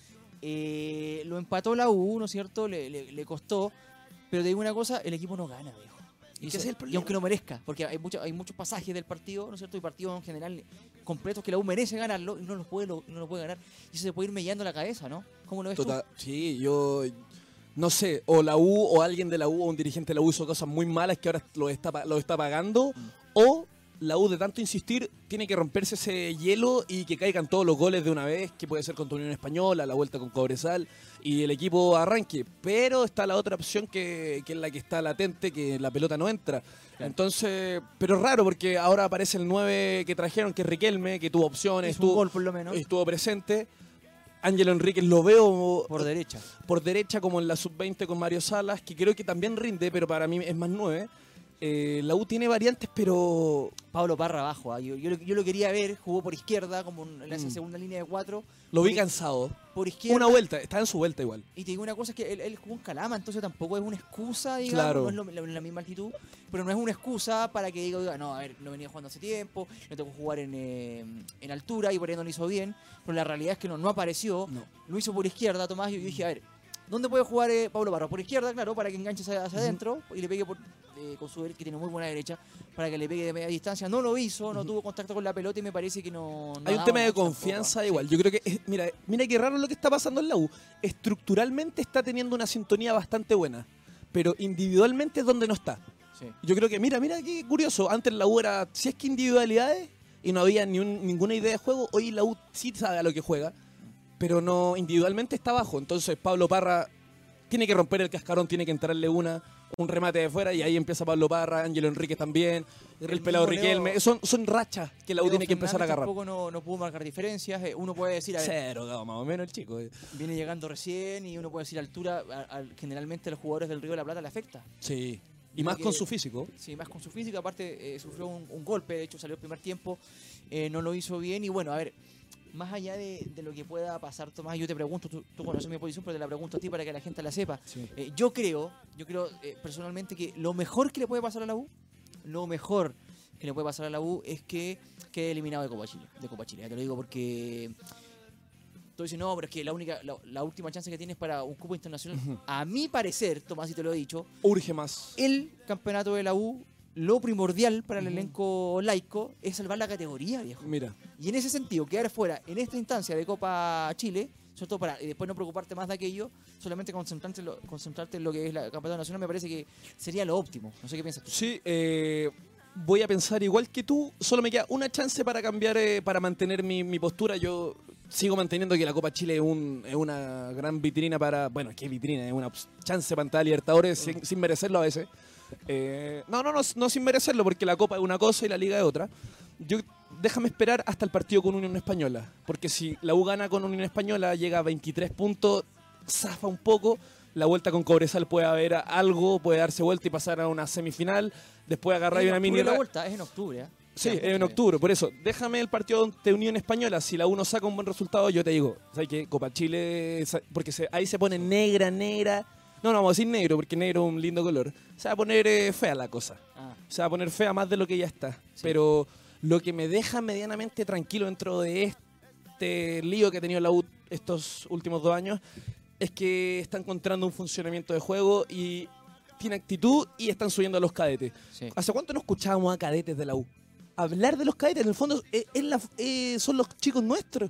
Eh, lo empató la U, ¿no es cierto? Le, le- le costó. Pero te digo una cosa, el equipo no gana, viejo. ¿Y Y, qué se- es el y problema? aunque no merezca, porque hay, mucho- hay muchos pasajes del partido, ¿no es cierto? Y partidos en general completos que la U merece ganarlo y no los puede, lo- no lo puede ganar. Y eso se puede ir mellando la cabeza, ¿no? ¿Cómo lo ves Total, sí, yo no sé, o la U o alguien de la U o un dirigente de la U hizo cosas muy malas que ahora lo está, pa- lo está pagando, Mm. o la U de tanto insistir tiene que romperse ese hielo y que caigan todos los goles de una vez, que puede ser contra Unión Española, la vuelta con Cobresal, y el equipo arranque. Pero está la otra opción que, que es la que está latente, que la pelota no entra. Claro. Entonces, pero es raro porque ahora aparece el nueve que trajeron, que es Riquelme, que tuvo opciones, tú? Es un estuvo, gol por lo menos. estuvo presente. Ángelo Enríquez lo veo Por derecha. por derecha como en la sub veinte con Mario Salas, que creo que también rinde, pero para mí es más nueve. Eh, la U tiene variantes, pero Pablo Parra abajo. ah. Yo, yo, lo- yo lo quería ver, jugó por izquierda, como en la Mm. segunda línea de cuatro. lo vi Por- cansado. Por izquierda. Una vuelta, está en su vuelta igual. Y te digo una cosa, es que él, él jugó en Calama, entonces tampoco es una excusa, digamos, Claro. no es lo- la, la misma altitud, pero no es una excusa para que diga, oiga, no, a ver, no venía jugando hace tiempo, le tocó jugar en, eh, en altura y por ahí no lo hizo bien, pero la realidad es que no, no apareció, No. lo hizo por izquierda, Tomás, y yo dije, a ver, ¿dónde puede jugar eh, Pablo Parra? Por izquierda, claro, para que enganche hacia, hacia Ujú. adentro y le pegue por, eh, con su derecha, que tiene muy buena derecha, para que le pegue de media distancia. No lo hizo, no Ujú. tuvo contacto con la pelota y me parece que no... no Hay un daba tema de mucho confianza tampoco. igual. Yo creo que, es- mira, mira qué raro lo que está pasando en la U. Estructuralmente está teniendo una sintonía bastante buena, pero individualmente es donde no está. Sí, sí. Yo creo que, mira, mira qué curioso. Antes la U era, si es que individualidades y no había ni un- ninguna idea de juego, hoy la U sí sabe a lo que juega, pero no individualmente está abajo. Entonces Pablo Parra tiene que romper el cascarón, tiene que entrarle una, un remate de fuera y ahí empieza Pablo Parra, Ángelo Enríquez también, el, El pelado mismo Leo- Riquelme. Son, son rachas que la U Leo tiene que empezar a Fernández agarrar. Tampoco no, no pudo marcar diferencias. eh, Uno puede decir, a ver, Cero, no, más o menos el chico. eh. viene llegando recién y uno puede decir altura, a- a- generalmente a los jugadores del Río de la Plata le afecta. Sí. Y Creo más que- con su físico. Sí, más con su física, aparte eh, sufrió un, un golpe, de hecho salió el primer tiempo, eh, no lo hizo bien y bueno, a ver, más allá de, de lo que pueda pasar, Tomás, yo te pregunto, tú, tú conoces mi posición, pero te la pregunto a ti para que la gente la sepa. Eh, yo creo, yo creo eh, personalmente que lo mejor que le puede pasar a la U, lo mejor que le puede pasar a la U es que quede eliminado de Copa Chile, de Copa Chile, ya te lo digo porque tú dices, no, pero es que la única, la, la última chance que tienes para un cupo internacional, Ujú. a mi parecer, Tomás, y te lo he dicho, Urge más. el campeonato de la U, lo primordial para el Ujú. elenco laico es salvar la categoría, viejo. Mira, Y en ese sentido, quedar fuera en esta instancia de Copa Chile, sobre todo para y después no preocuparte más de aquello, solamente concentrarte, en lo- concentrarte en lo que es la campeonato nacional, me parece que sería lo óptimo. No sé qué piensas tú. sí, eh, voy a pensar igual que tú. Solo me queda una chance para cambiar, eh, para mantener mi, mi postura. Yo sigo manteniendo que la Copa Chile es, un- es una gran vitrina para. Bueno, ¿qué vitrina? Es una chance para entrar a Libertadores sin, sin merecerlo a veces. Eh, no, no, no, no sin merecerlo, porque la Copa es una cosa y la Liga es otra. Yo déjame esperar hasta el partido con Unión Española, porque si la U gana con Unión Española, llega a veintitrés puntos, zafa un poco. La vuelta con Cobresal puede haber algo, puede darse vuelta y pasar a una semifinal. Después agarrar Es en una octubre mini. la ra- vuelta, es en octubre. ¿eh? Sí, Ya, es en octubre, por eso. Déjame el partido de Unión Española. Si la U no saca un buen resultado, yo te digo, ¿sabes qué? Copa Chile, sa- porque se- ahí se pone negra, negra. No, no vamos a decir negro, porque negro es un lindo color. Se va a poner eh, fea la cosa. Ah, Se va a poner fea más de lo que ya está. Sí. Pero lo que me deja medianamente tranquilo dentro de este lío que ha tenido la U estos últimos dos años es que está encontrando un funcionamiento de juego y tiene actitud y están subiendo a los cadetes. sí. ¿Hace cuánto no escuchábamos a cadetes de la U? Hablar de los cadetes, en el fondo, eh, es la- eh, son los chicos nuestros.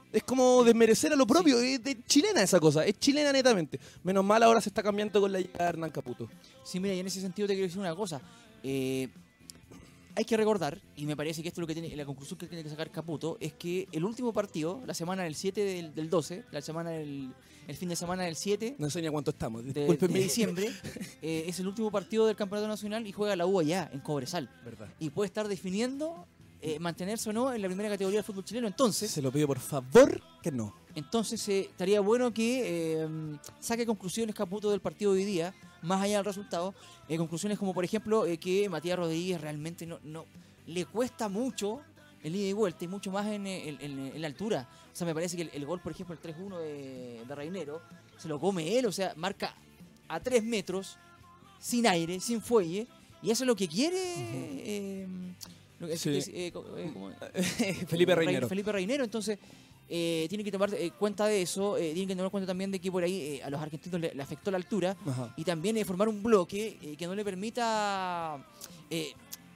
Es como desmerecer a lo propio, sí. Es de chilena esa cosa, es chilena netamente. Menos mal ahora se está cambiando con la llegada de Hernán Caputo. Sí, mira, y en ese sentido te quiero decir una cosa. Eh, hay que recordar, y me parece que esto es lo que tiene, la conclusión que tiene que sacar Caputo, es que el último partido, la semana del siete del, del doce, la semana del, el fin de semana del siete... No sé ni a cuánto estamos, de, de diciembre, eh, es el último partido del Campeonato Nacional y juega la U allá, en Cobresal. Verdad. Y puede estar definiendo... Eh, mantenerse o no en la primera categoría del fútbol chileno. Entonces, se lo pido por favor que no. Entonces eh, estaría bueno que eh, saque conclusiones Caputo del partido de hoy día, más allá del resultado. Eh, conclusiones como, por ejemplo, eh, que Matías Rodríguez realmente no, no le cuesta mucho en ida y vuelta y mucho más en, en, en, en la altura. O sea, me parece que el, el gol, por ejemplo, el tres uno de, de Reinero, se lo come él. O sea, marca a tres metros, sin aire, sin fuelle, y eso es lo que quiere... Uh-huh. eh, Sí. Es, eh, eh, Felipe Reinero. Felipe Reinero, entonces eh, tiene que tomar eh, cuenta de eso, eh, tiene que tomar cuenta también de que por ahí eh, a los argentinos le, le afectó la altura. Ajá. Y también eh, formar un bloque eh, que no le permita eh,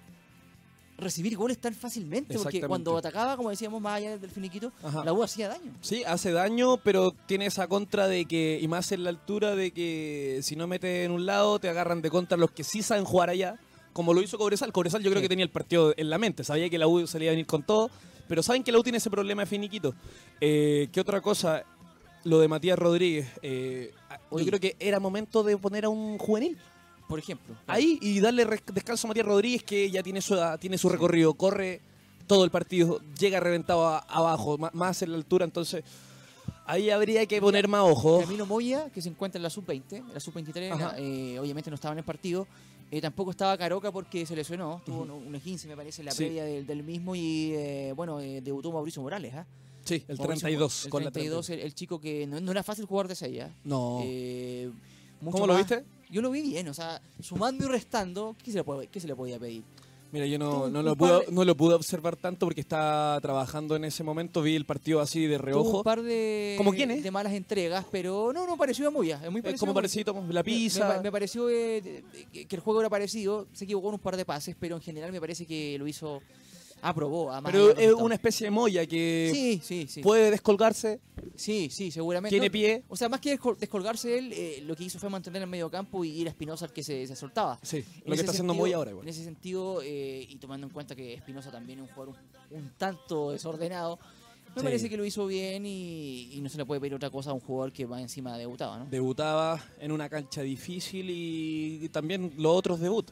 recibir goles tan fácilmente, porque cuando atacaba, como decíamos, más allá del finiquito, Ajá. la U hacía daño. Sí, hace daño, pero tiene esa contra de que, y más en la altura, de que si no metes en un lado, te agarran de contra los que sí saben jugar allá. Como lo hizo Cobresal. Cobresal yo creo sí. que tenía el partido en la mente. Sabía que la U salía a venir con todo. Pero saben que la U tiene ese problema de finiquito. Eh, ¿Qué otra cosa? Lo de Matías Rodríguez. Eh, yo creo que era momento de poner a un juvenil. Por ejemplo. Claro. Ahí y darle descanso a Matías Rodríguez, que ya tiene su, tiene su recorrido. Corre todo el partido. Llega reventado a, abajo. Más en la altura. Entonces... ahí habría que poner más ojo. Camilo Moya, que se encuentra en la sub veinte, en la sub veintitrés, eh, obviamente no estaba en el partido. Eh, tampoco estaba Caroca porque se lesionó, tuvo uh-huh. un esguince, me parece, en la sí. previa del, del mismo. Y eh, bueno, eh, debutó Mauricio Morales. ¿eh? Sí, el treinta y dos. El con treinta y dos, la el, el chico que no, no era fácil jugar de seis. ¿eh? No. Eh, mucho ¿Cómo más, lo viste? Yo lo vi bien, o sea, sumando y restando, ¿qué se le, puede, qué se le podía pedir? Mira, yo no, no, lo pude, no lo pude observar tanto porque estaba trabajando en ese momento. Vi el partido así de reojo. Tuvo un par de, ¿Cómo quién es? de malas entregas, pero no, no pareció a Moya. Es muy parecido. Es como parecido, la pizza. Me, me, me pareció eh, que el juego era parecido. Se equivocó en un par de pases, pero en general me parece que lo hizo... aprobó. A pero es una especie de Moya que sí, sí, sí. puede descolgarse. Sí, sí, seguramente. Tiene pie. O sea, más que descolgarse él, eh, lo que hizo fue mantener el medio campo y ir a Espinosa al que se, se soltaba. Sí, en lo que está haciendo Moya ahora igual. En ese sentido, eh, y tomando en cuenta que Espinosa también es un jugador un, un tanto desordenado, me sí. parece que lo hizo bien y, y no se le puede pedir otra cosa a un jugador que va encima debutaba, ¿no? Debutaba en una cancha difícil y, y también los otros debut.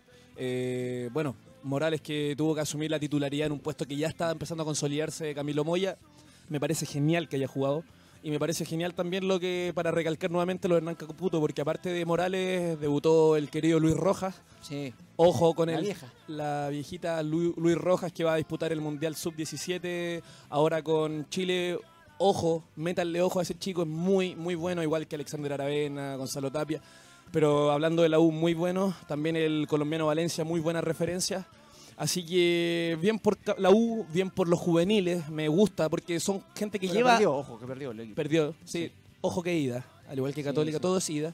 Eh, bueno, Morales, que tuvo que asumir la titularidad en un puesto que ya estaba empezando a consolidarse, Camilo Moya, me parece genial que haya jugado. Y me parece genial también lo que, para recalcar nuevamente lo de Hernán Caputo, porque aparte de Morales, debutó el querido Luis Rojas. Sí. Ojo con la el, vieja. la viejita Luis, Luis Rojas, que va a disputar el Mundial sub diecisiete ahora con Chile. Ojo, métanle ojo a ese chico, es muy, muy bueno, igual que Alexander Aravena, Gonzalo Tapia. Pero hablando de la U, muy bueno. También el colombiano Valencia, muy buena referencia. Así que bien por la U, bien por los juveniles, me gusta, porque son gente que Pero lleva... Perdió, ojo, que perdió. El equipo. Perdió, sí. sí. Ojo que ida, al igual que Católica, sí, sí. todo es ida.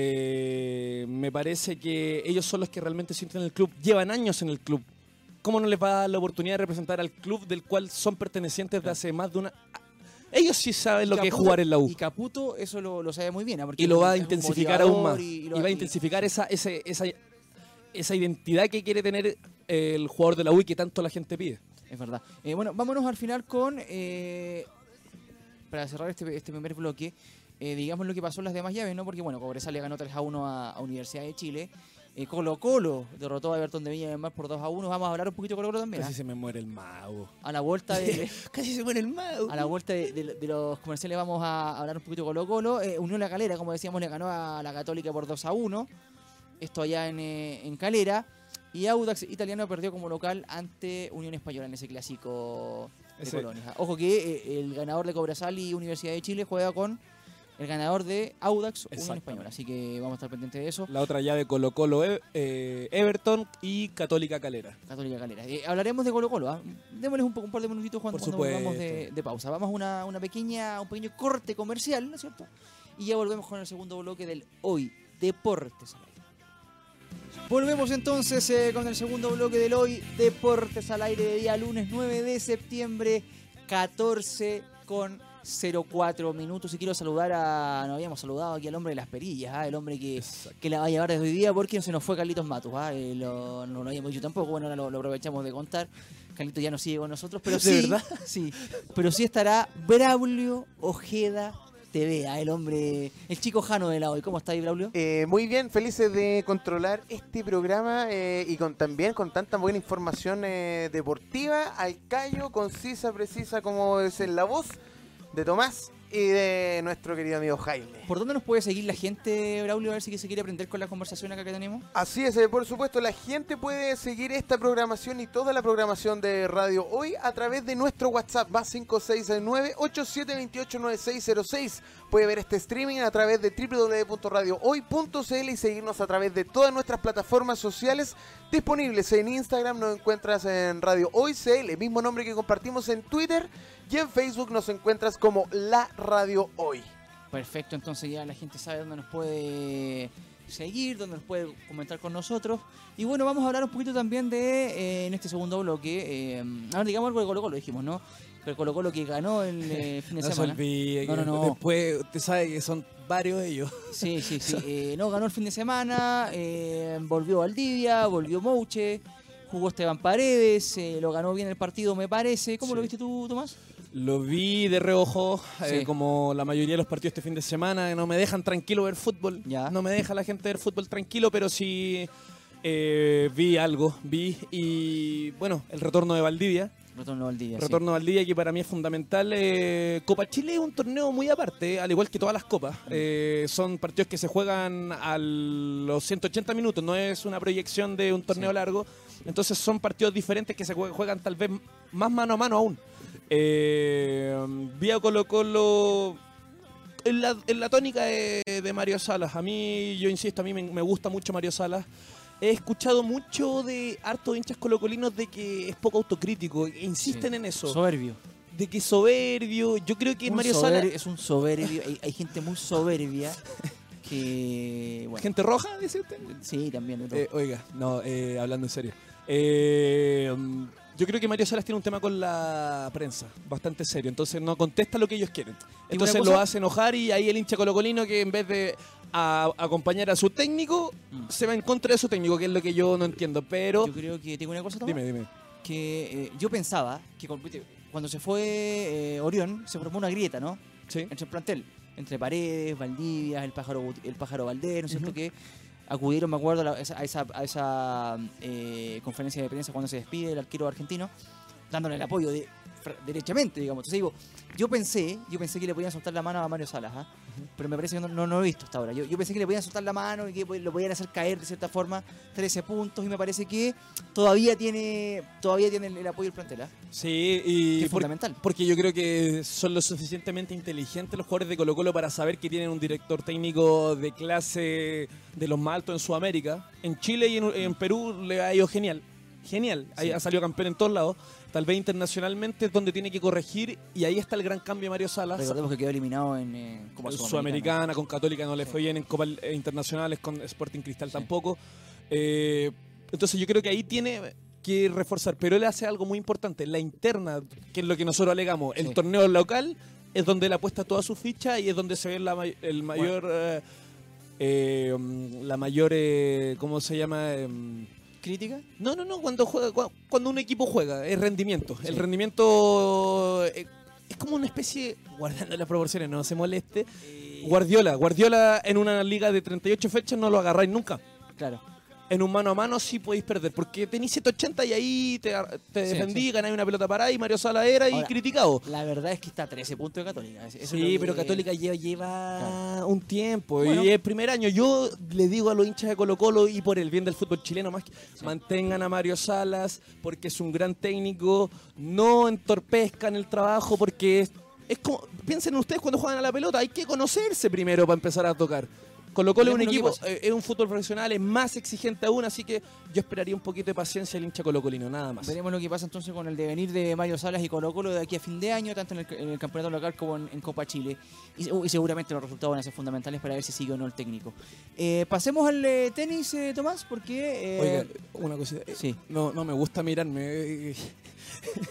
Eh, me parece que ellos son los que realmente sienten el club, llevan años en el club. ¿Cómo no les va a dar la oportunidad de representar al club del cual son pertenecientes de hace más de una... Ellos sí saben lo Caputo, que es jugar en la U. Y Caputo eso lo, lo sabe muy bien. Y lo va a intensificar aún más. Y, y, lo, y va a intensificar y, esa, ese, esa, esa identidad que quiere tener el jugador de la U y que tanto la gente pide. Es verdad. Eh, bueno, vámonos al final con... Eh, para cerrar este, este primer bloque, eh, digamos lo que pasó en las demás llaves, ¿no? Porque, bueno, Cobresal le ganó tres a uno a, a Universidad de Chile. Eh, Colo Colo derrotó a Everton de Viña del Mar por dos a uno. Vamos a hablar un poquito de Colo Colo también. Casi ¿eh? se me muere el mago. A la vuelta de... Casi se muere el mago. A la vuelta de, de, de los comerciales vamos a hablar un poquito de Colo Colo. Eh, Unión La Calera, como decíamos, le ganó a la Católica por dos a uno. Esto allá en, eh, en Calera. Y Audax Italiano perdió como local ante Unión Española en ese clásico de ese... Colonia. Ojo que eh, el ganador de Cobresal y Universidad de Chile juega con el ganador de Audax Unión Española. Así que vamos a estar pendientes de eso. La otra llave Colo Colo, eh, Everton y Católica Calera. Católica Calera. Eh, hablaremos de Colo Colo. ¿eh? Démosles un, un par de minutitos cuando, cuando volvamos de, de pausa. Vamos a una, una pequeña, un pequeño corte comercial, ¿no es cierto? Y ya volvemos con el segundo bloque del Hoy Deportes al Aire. Volvemos entonces eh, con el segundo bloque del Hoy Deportes al Aire de día lunes nueve de septiembre, catorce con cero cuatro minutos. Y quiero saludar a... Nos habíamos saludado aquí al hombre de las perillas, ¿ah? El hombre que, que la va a llevar desde hoy día porque se nos fue Carlitos Matus. ¿Ah? Eh, lo, no lo habíamos dicho tampoco, bueno, ahora lo, lo aprovechamos de contar. Carlitos ya no sigue con nosotros, pero sí, ¿De verdad? Sí, pero sí estará Braulio Ojeda T V, ¿ah? El hombre, el chico Jano de la hoy. ¿Cómo está ahí, Braulio? Eh, muy bien, felices de controlar este programa eh, y con también con tanta buena información eh, deportiva, al callo, concisa, precisa como es en la voz de Tomás y de nuestro querido amigo Jaime. ¿Por dónde nos puede seguir la gente, Braulio, a ver si se quiere aprender con la conversación acá que tenemos? Así es, eh, por supuesto, la gente puede seguir esta programación y toda la programación de Radio Hoy a través de nuestro WhatsApp, más cinco seis nueve, ocho siete dos ocho, nueve seis cero seis. Puede ver este streaming a través de doble u doble u doble u punto radio hoy punto c l y seguirnos a través de todas nuestras plataformas sociales disponibles. En Instagram nos encuentras en Radio Hoy C L, mismo nombre que compartimos en Twitter, y en Facebook nos encuentras como La Radio Hoy. Perfecto, entonces ya la gente sabe dónde nos puede seguir, dónde nos puede comentar con nosotros. Y bueno, vamos a hablar un poquito también de, eh, en este segundo bloque, eh, ahora digamos algo de Colo Colo, dijimos, ¿no? El Colo Colo que ganó el eh, fin de no semana. Se olvide, no, no, no. Después, usted sabe que son varios de ellos. Sí, sí, sí. Eh, no, ganó el fin de semana, eh, volvió Valdivia, volvió Mouche, jugó Esteban Paredes, eh, lo ganó bien el partido, me parece. ¿Cómo Sí. lo viste tú, Tomás? Lo vi de reojo, eh, Sí. como la mayoría de los partidos este fin de semana. No me dejan tranquilo ver fútbol. Ya. No me deja la gente ver fútbol tranquilo, pero sí eh, vi algo. Vi y, bueno, el retorno de Valdivia. Retorno a Valdivia. sí. Retorno a Valdivia, que para mí es fundamental. Eh, Copa Chile es un torneo muy aparte, eh, al igual que todas las copas. Eh, son partidos que se juegan a los ciento ochenta minutos, no es una proyección de un torneo Sí. largo. Entonces son partidos diferentes que se jue- juegan tal vez más mano a mano aún. Eh, vi a Colo Colo en la, en la tónica de, de Mario Salas. A mí, yo insisto, a mí me, me gusta mucho Mario Salas. He escuchado mucho de hartos hinchas colocolinos de que es poco autocrítico. e Insisten Sí. en eso. Soberbio. De que es soberbio. Yo creo que Un Mario sober- Salas... Es un soberbio. Hay, hay gente muy soberbia que... Bueno, ¿Gente roja, dice usted? sí, también. de todo. Eh, oiga, no, eh, hablando en serio. Eh, um, yo creo que Mario Salas tiene un tema con la prensa, bastante serio. Entonces no contesta lo que ellos quieren. Entonces una cosa- lo hace enojar y ahí el hincha colocolino que en vez de a- acompañar a su técnico, Mm. se va en contra de su técnico, que es lo que yo no entiendo. Pero... Yo creo que tengo una cosa, Tomás, Dime, dime. que eh, yo pensaba que con- cuando se fue eh, Orión se formó una grieta, ¿no? Sí. Entre el plantel, entre Paredes, Valdivia, el pájaro Guti- el pájaro Valdés, ¿no es cierto? Ujú. Que acudieron, me acuerdo, a, la- a esa, a esa eh, conferencia de prensa cuando se despide el arquero argentino, dándole el apoyo de, fr- derechamente, digamos. Entonces digo, yo pensé, yo pensé que le podían soltar la mano a Mario Salas, ¿ah? Pero me parece que no, no, no lo he visto hasta ahora. Yo, yo pensé que le podían soltar la mano y que po- lo podían hacer caer de cierta forma trece puntos y me parece que todavía tiene todavía tiene el, el apoyo del plantel, ¿ah? Sí, Que y es por- fundamental. porque yo creo que son lo suficientemente inteligentes los jugadores de Colo Colo para saber que tienen un director técnico de clase de los más altos en Sudamérica. En Chile y en, en Perú le ha ido genial. Genial. Ahí Sí. ha salido campeón en todos lados. Tal vez internacionalmente es donde tiene que corregir y ahí está el gran cambio de Mario Salas. Recordemos que quedó eliminado en eh, Copa En Sudamericana. Sudamericana, con Católica no le Sí. fue bien, en Copas eh, Internacionales, con Sporting Cristal Sí. tampoco. Eh, entonces yo creo que ahí tiene que reforzar, pero él hace algo muy importante, la interna, que es lo que nosotros alegamos, el Sí. torneo local es donde él apuesta toda su ficha y es donde se ve la may- el mayor, eh, eh, um, la mayor, eh, ¿cómo se llama? Em, ¿Crítica? no, no, no, cuando juega, cua- cuando un equipo juega, es rendimiento. Sí. El rendimiento eh, es como una especie, guardando las proporciones, no se moleste. Guardiola, Guardiola en una liga de treinta y ocho fechas no lo agarráis nunca. Claro. En un mano a mano sí podéis perder, porque tenéis ciento ochenta y ahí te, te Sí, defendí, sí. ganáis una pelota parada y Mario Sala era y Ahora, criticado. La verdad es que está a trece puntos de Católica. Eso es Sí, lo que- pero Católica lleva, lleva Claro. un tiempo Bueno. y es el primer año. Yo le digo a los hinchas de Colo Colo y por el bien del fútbol chileno más que mantengan a Mario Salas porque es un gran técnico, no entorpezcan el trabajo porque es, es como, piensen ustedes cuando juegan a la pelota, hay que conocerse primero para empezar a tocar. Colo Colo es un Veremos lo que equipo, pasa. eh, es un fútbol profesional, es más exigente aún, así que yo esperaría un poquito de paciencia al hincha colocolino, nada más. Veremos lo que pasa entonces con el devenir de Mario Salas y Colo Colo de aquí a fin de año, tanto en el, en el campeonato local como en, en Copa Chile. Y, se- y seguramente los resultados van a ser fundamentales para ver si sigue o no el técnico. Eh, pasemos al eh, tenis, eh, Tomás, porque... eh, Oiga, una cosita. eh, sí. No, no me gusta mirarme. eh,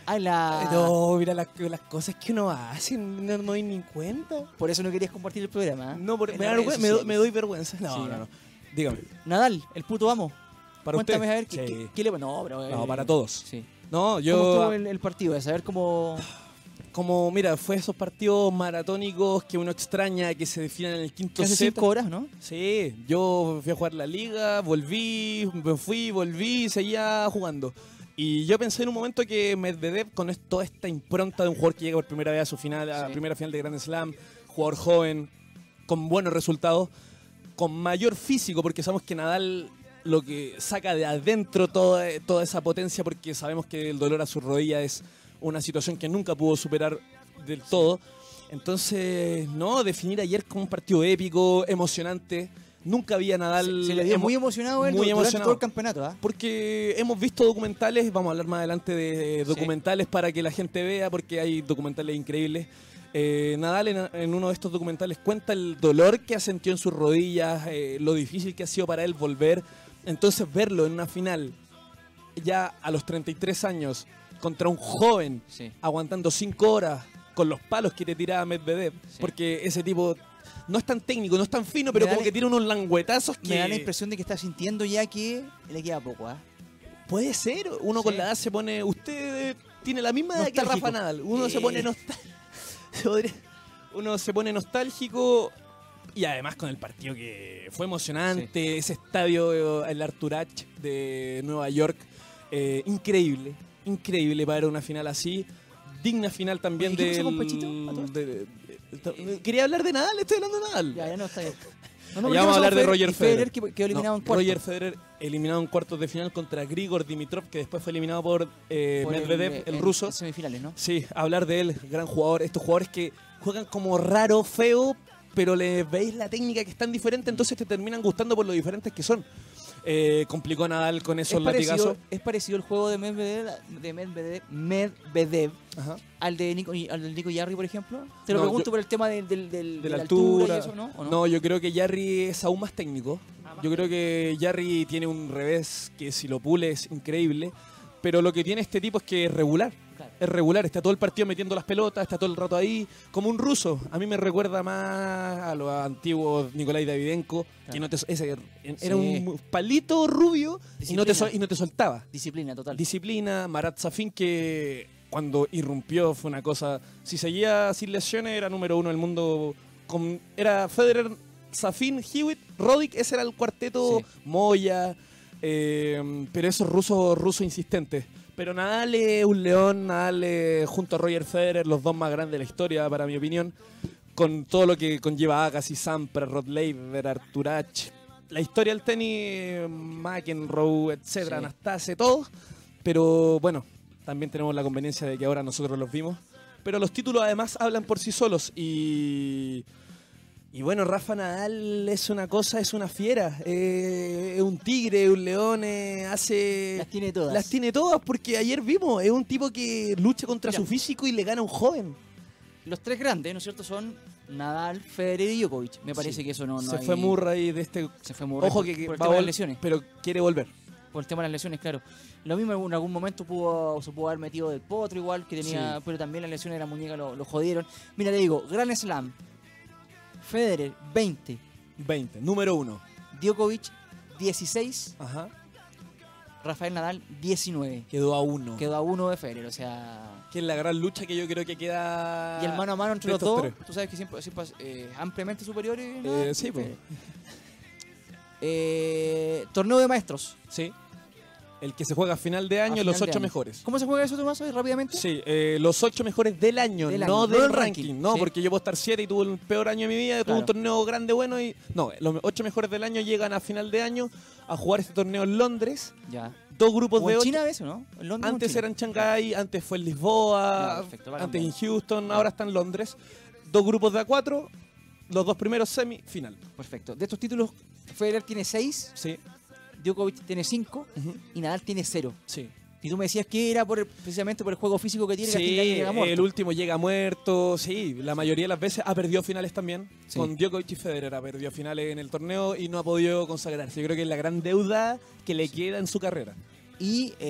Ah, la... No, mira las, las cosas que uno hace, no me doy ni cuenta. Por eso no querías compartir el programa. ¿eh? No, por, En me, las da redes vergüenza, me, do- sociales. me doy vergüenza. No, Sí, no, ya. no. Dígame. Nadal, el puto amo. Para Cuéntame usted. a ver qué, Sí. qué, qué le... No, pero... No, eh, para todos. Sí. No, ¿Cómo yo... estuvo el, el partido? De saber cómo... Como, mira, fue esos partidos maratónicos que uno extraña, que se definen en el quinto Hace set. cinco horas, ¿no? Sí, yo fui a jugar la liga, volví, me fui, volví y seguía jugando. Y yo pensé en un momento que Medvedev, con es- toda esta impronta de un jugador que llega por primera vez a su final, a Sí. primera final de Grand Slam, jugador joven, con buenos resultados, con mayor físico, porque sabemos que Nadal lo que saca de adentro toda, toda esa potencia, porque sabemos que el dolor a su rodilla es una situación que nunca pudo superar del todo. Entonces, no, definir ayer como un partido épico, emocionante. Nunca había Nadal... Se, se le dio emo- muy emocionado él muy durante emocionado. todo el campeonato, ¿ah? Porque hemos visto documentales, vamos a hablar más adelante de Sí. documentales para que la gente vea, porque hay documentales increíbles. Eh, Nadal en, en uno de estos documentales cuenta el dolor que ha sentido en sus rodillas, eh, lo difícil que ha sido para él volver. Entonces verlo en una final, ya a los treinta y tres años, contra un joven, Sí. aguantando cinco horas con los palos que te tiraba Medvedev, Sí. porque ese tipo no es tan técnico, no es tan fino, pero Me da como la- que tiene unos langüetazos que... Me da la impresión de que está sintiendo ya que le queda poco, ¿ah? Puede ser, uno Sí. con la edad se pone... Usted tiene la misma edad que Nostálgico. Rafa Nadal, uno se Eh. pone nostálgico. Uno se pone nostálgico y además con el partido que fue emocionante, ese estadio, el Arthur Ashe de Nueva York, eh, increíble, increíble para una final así. Digna final también Oye, ¿qué pasó del... con Pechito a todo esto? de- de- de- quería hablar de Nadal, estoy hablando de Nadal. Ya, ya no está bien. No, Ya ¿qué vamos a pasó hablar con de Federer? Roger Y Federer. que quedó eliminado No, en cuartos. Roger Federer eliminado en cuartos de final contra Grigor Dimitrov, que después fue eliminado por, eh, Por Medvedev, el, en- ruso. en semifinales, ¿no? Sí, hablar de él, gran jugador. Estos jugadores que juegan como raro, feo, pero le veis la técnica que es tan diferente, entonces te terminan gustando por lo diferentes que son. Eh, complicó a Nadal con esos Es parecido, latigazos. es parecido el juego de Medvedev, de Medvedev, Medvedev Ajá. al de Nico, al del Nico Yarri, por ejemplo. Te lo No, pregunto yo- por el tema del, del, del- De de la altura. y eso, ¿no? ¿O no? No, yo creo que Jarry es aún más técnico. Ah, más Yo creo que Jarry tiene un revés que si lo pule es increíble. Pero lo que tiene este tipo es que es regular. Claro. Es regular, está todo el partido metiendo las pelotas, está todo el rato ahí, como un ruso. A mí me recuerda más a los antiguos Nikolai Davydenko, que Claro. no te, ese, era Sí. un palito rubio y no, te, sol- y no te soltaba. Disciplina total. Disciplina, Marat Safin, que cuando irrumpió fue una cosa. Si seguía sin lesiones, era número uno del mundo. Con, era Federer, Safin, Hewitt, Roddick, ese era el cuarteto, Sí. Moya, eh, pero esos rusos rusos insistentes. Pero Nadal es un león, Nadal es, junto a Roger Federer, los dos más grandes de la historia, para mi opinión, con todo lo que conlleva Agassi, Sampras, Rod Laver, Arthur Ashe, la historia del tenis, McEnroe, etcétera, Sí. Anastase, todo. Pero bueno, también tenemos la conveniencia de que ahora nosotros los vimos. Pero los títulos además hablan por sí solos y... Y bueno, Rafa Nadal es una cosa, es una fiera, eh, es un tigre, un león, eh, hace... Las tiene todas. Las tiene todas porque ayer vimos, es un tipo que lucha contra Mira. su físico y le gana a un joven. Los tres grandes, ¿no es cierto? Son Nadal, Federer y Djokovic. Me parece Sí. que eso no, no Se hay- fue Murray de este... Se fue Murray Ojo por, que, que por el va tema a de vol- las lesiones. pero quiere volver. Por el tema de las lesiones, claro. Lo mismo en algún momento pudo, se pudo haber metido del potro igual, que tenía, Sí. pero también las lesiones de la muñeca lo, lo jodieron. Mira, le digo, Grand Slam, Federer veinte, veinte, número uno. Djokovic dieciséis, Ajá. Rafael Nadal diecinueve. Quedó a uno. Quedó a uno de Federer, o sea... Que es la gran lucha que yo creo que queda... Y el mano a mano entre de los estos dos, tres. tú sabes que siempre, siempre eh, ampliamente superiores. Eh, Nadal sí, y pues. Federer. Eh, torneo de maestros. Sí. El que se juega a final de año, A los final de ocho año. mejores. ¿Cómo se juega eso, Tomás, hoy rápidamente? Sí, eh, los ocho mejores del año, Del no año, del no del ranking. ranking, No, sí. porque yo puedo estar siete y tuve el peor año de mi vida, tuve Claro. un torneo grande bueno y... No, los ocho mejores del año llegan a final de año a jugar este torneo en Londres. Ya. Dos grupos ¿O de en ocho. China a veces, no? ¿En Londres o en Antes China? era en Shanghái, antes fue en Lisboa, Ya, perfecto, va antes en cambiando. Houston, ahora está en Londres. Dos grupos de a cuatro, los dos primeros semifinal. Perfecto. De estos títulos, Federer tiene seis, Sí, Djokovic tiene cinco ujú, y Nadal tiene cero. sí. Y tú me decías que era por el- precisamente por el juego físico que tiene, que al Sí, final llega muerto. el último llega muerto, sí, la mayoría de las veces ha perdido finales también. Sí. Con Djokovic y Federer ha perdido finales en el torneo y no ha podido consagrarse. Yo creo que es la gran deuda que le queda en su carrera. Y eh,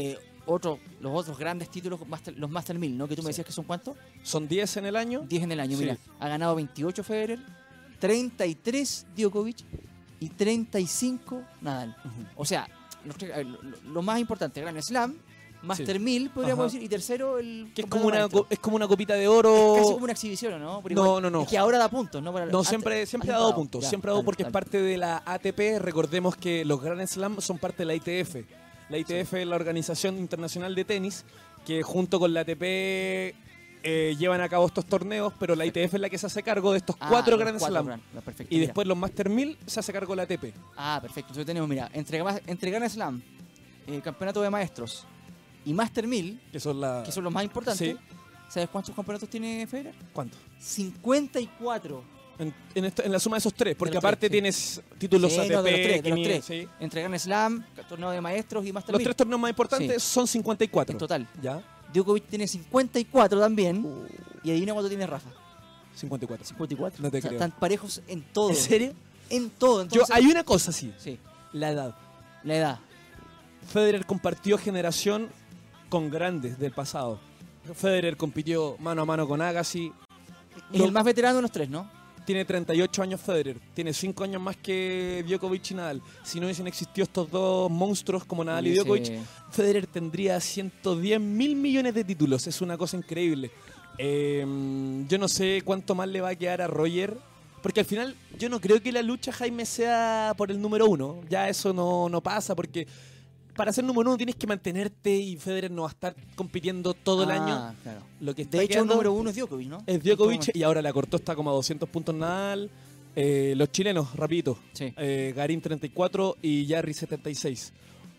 otro, los otros grandes títulos, Master- los Master mil, ¿no? Que tú me Sí. decías que son ¿cuántos? Son diez en el año. diez en el año, Sí. mira. Ha ganado veintiocho Federer, treinta y tres Djokovic y treinta y cinco Nadal. Ujú. O sea, los tres- eh, lo, lo- lo más importante, Grand Slam, Master Sí. mil, podríamos Ajá. decir, y tercero el Que es campeonato como, una, maestro. co- es como una copita de oro. Casi como una exhibición, ¿no? Pero No, igual- no, no. es que ahora da puntos, ¿no? Para- No, antes- siempre, siempre ha antes dado dado. puntos. Ya, Siempre ha dado dale, porque es dale. parte de la A T P. Recordemos que los Grand Slam son parte de la I T F. La I T F es la Organización Internacional de Tenis, que junto con la A T P eh, llevan a cabo estos torneos, pero la I T F es la que se hace cargo de estos Ah, cuatro los Grand cuatro Slam. Grand- ya, perfecto, Y mira. después los Master mil se hace cargo la A T P. Ah, perfecto. Entonces tenemos, mira, entre, ma- entre Grand Slam, eh, Campeonato de Maestros y Master mil, Que son la... que son los más importantes, Sí. ¿sabes cuántos campeonatos tiene Federer? ¿Cuánto? cincuenta y cuatro. En, en esto- en la suma de esos tres, porque los aparte tres, sí. tienes títulos Sí, A T P, no, de los tres, de los quinientos, tres. sí. Entre Grand Slam, torneo de maestros y Master Los mil. tres torneos más importantes son cincuenta y cuatro. En total. ¿Ya? Djokovic tiene cincuenta y cuatro también. Uh. Y adivina cuánto tiene Rafa. cincuenta y cuatro. cincuenta y cuatro. No te O sea, creo. están parejos en todo. ¿En serio? En todo. Yo, Entonces, hay una cosa, sí. Sí, La edad. la edad. Federer compartió generación con grandes del pasado. Federer compitió mano a mano con Agassi. Es Lo- el más veterano de los tres, ¿no? Tiene treinta y ocho años Federer. Tiene cinco años más que Djokovic y Nadal. Si no hubiesen existido estos dos monstruos como Nadal y Hubiese- Djokovic, Federer tendría ciento diez mil millones de títulos. Es una cosa increíble. Eh, yo no sé cuánto más le va a quedar a Roger. Porque al final yo no creo que la lucha, Jaime, sea por el número uno. Ya eso no, no pasa porque para ser número uno tienes que mantenerte y Federer no va a estar compitiendo todo el Ah, año. claro. Lo que está De hecho, el quedando número uno es Djokovic, ¿no? es Djokovic y ahora la cortó, está como a doscientos puntos Nadal. Eh, los chilenos, rapidito. Sí. Eh, Garín treinta y cuatro y Jarry setenta y seis.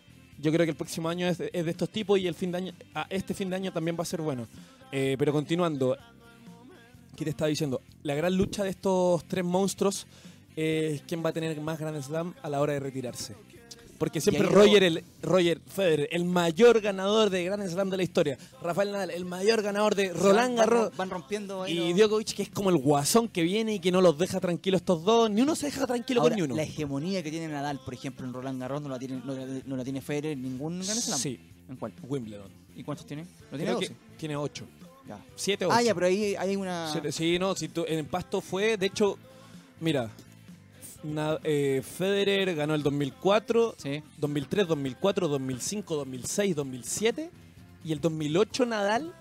Yo creo que el próximo año es de, es de estos tipos y el fin de año, ah, este fin de año también va a ser bueno. Eh, pero continuando, ¿qué te estaba diciendo? La gran lucha de estos tres monstruos es quién va a tener más Grand Slam a la hora de retirarse. Porque siempre ahí Roger, luego- el, Roger Federer, el mayor ganador de Grand Slam de la historia. Rafael Nadal, el mayor ganador de Roland Van- Garros. Van, van rompiendo ahí Y los- Djokovic, que es como el guasón que viene y que no los deja tranquilos estos dos. Ni uno se deja tranquilo Ahora, con ni uno. la hegemonía que tiene Nadal, por ejemplo, en Roland Garros no la tiene, no, la- no la tiene Federer en ningún Grand Slam. Sí, ¿En cuál? Wimbledon. ¿Y cuántos tiene? ¿Lo tiene Creo doce? que tiene ocho. Ya. siete o ocho. Ah, ya, pero ahí hay una... Siete- Sí, no, si tú- en Pasto fue, de hecho, mira, na- eh, Federer ganó el dos mil cuatro, Sí. dos mil tres, dos mil cuatro, dos mil cinco, dos mil seis, dos mil siete y el dos mil ocho Nadal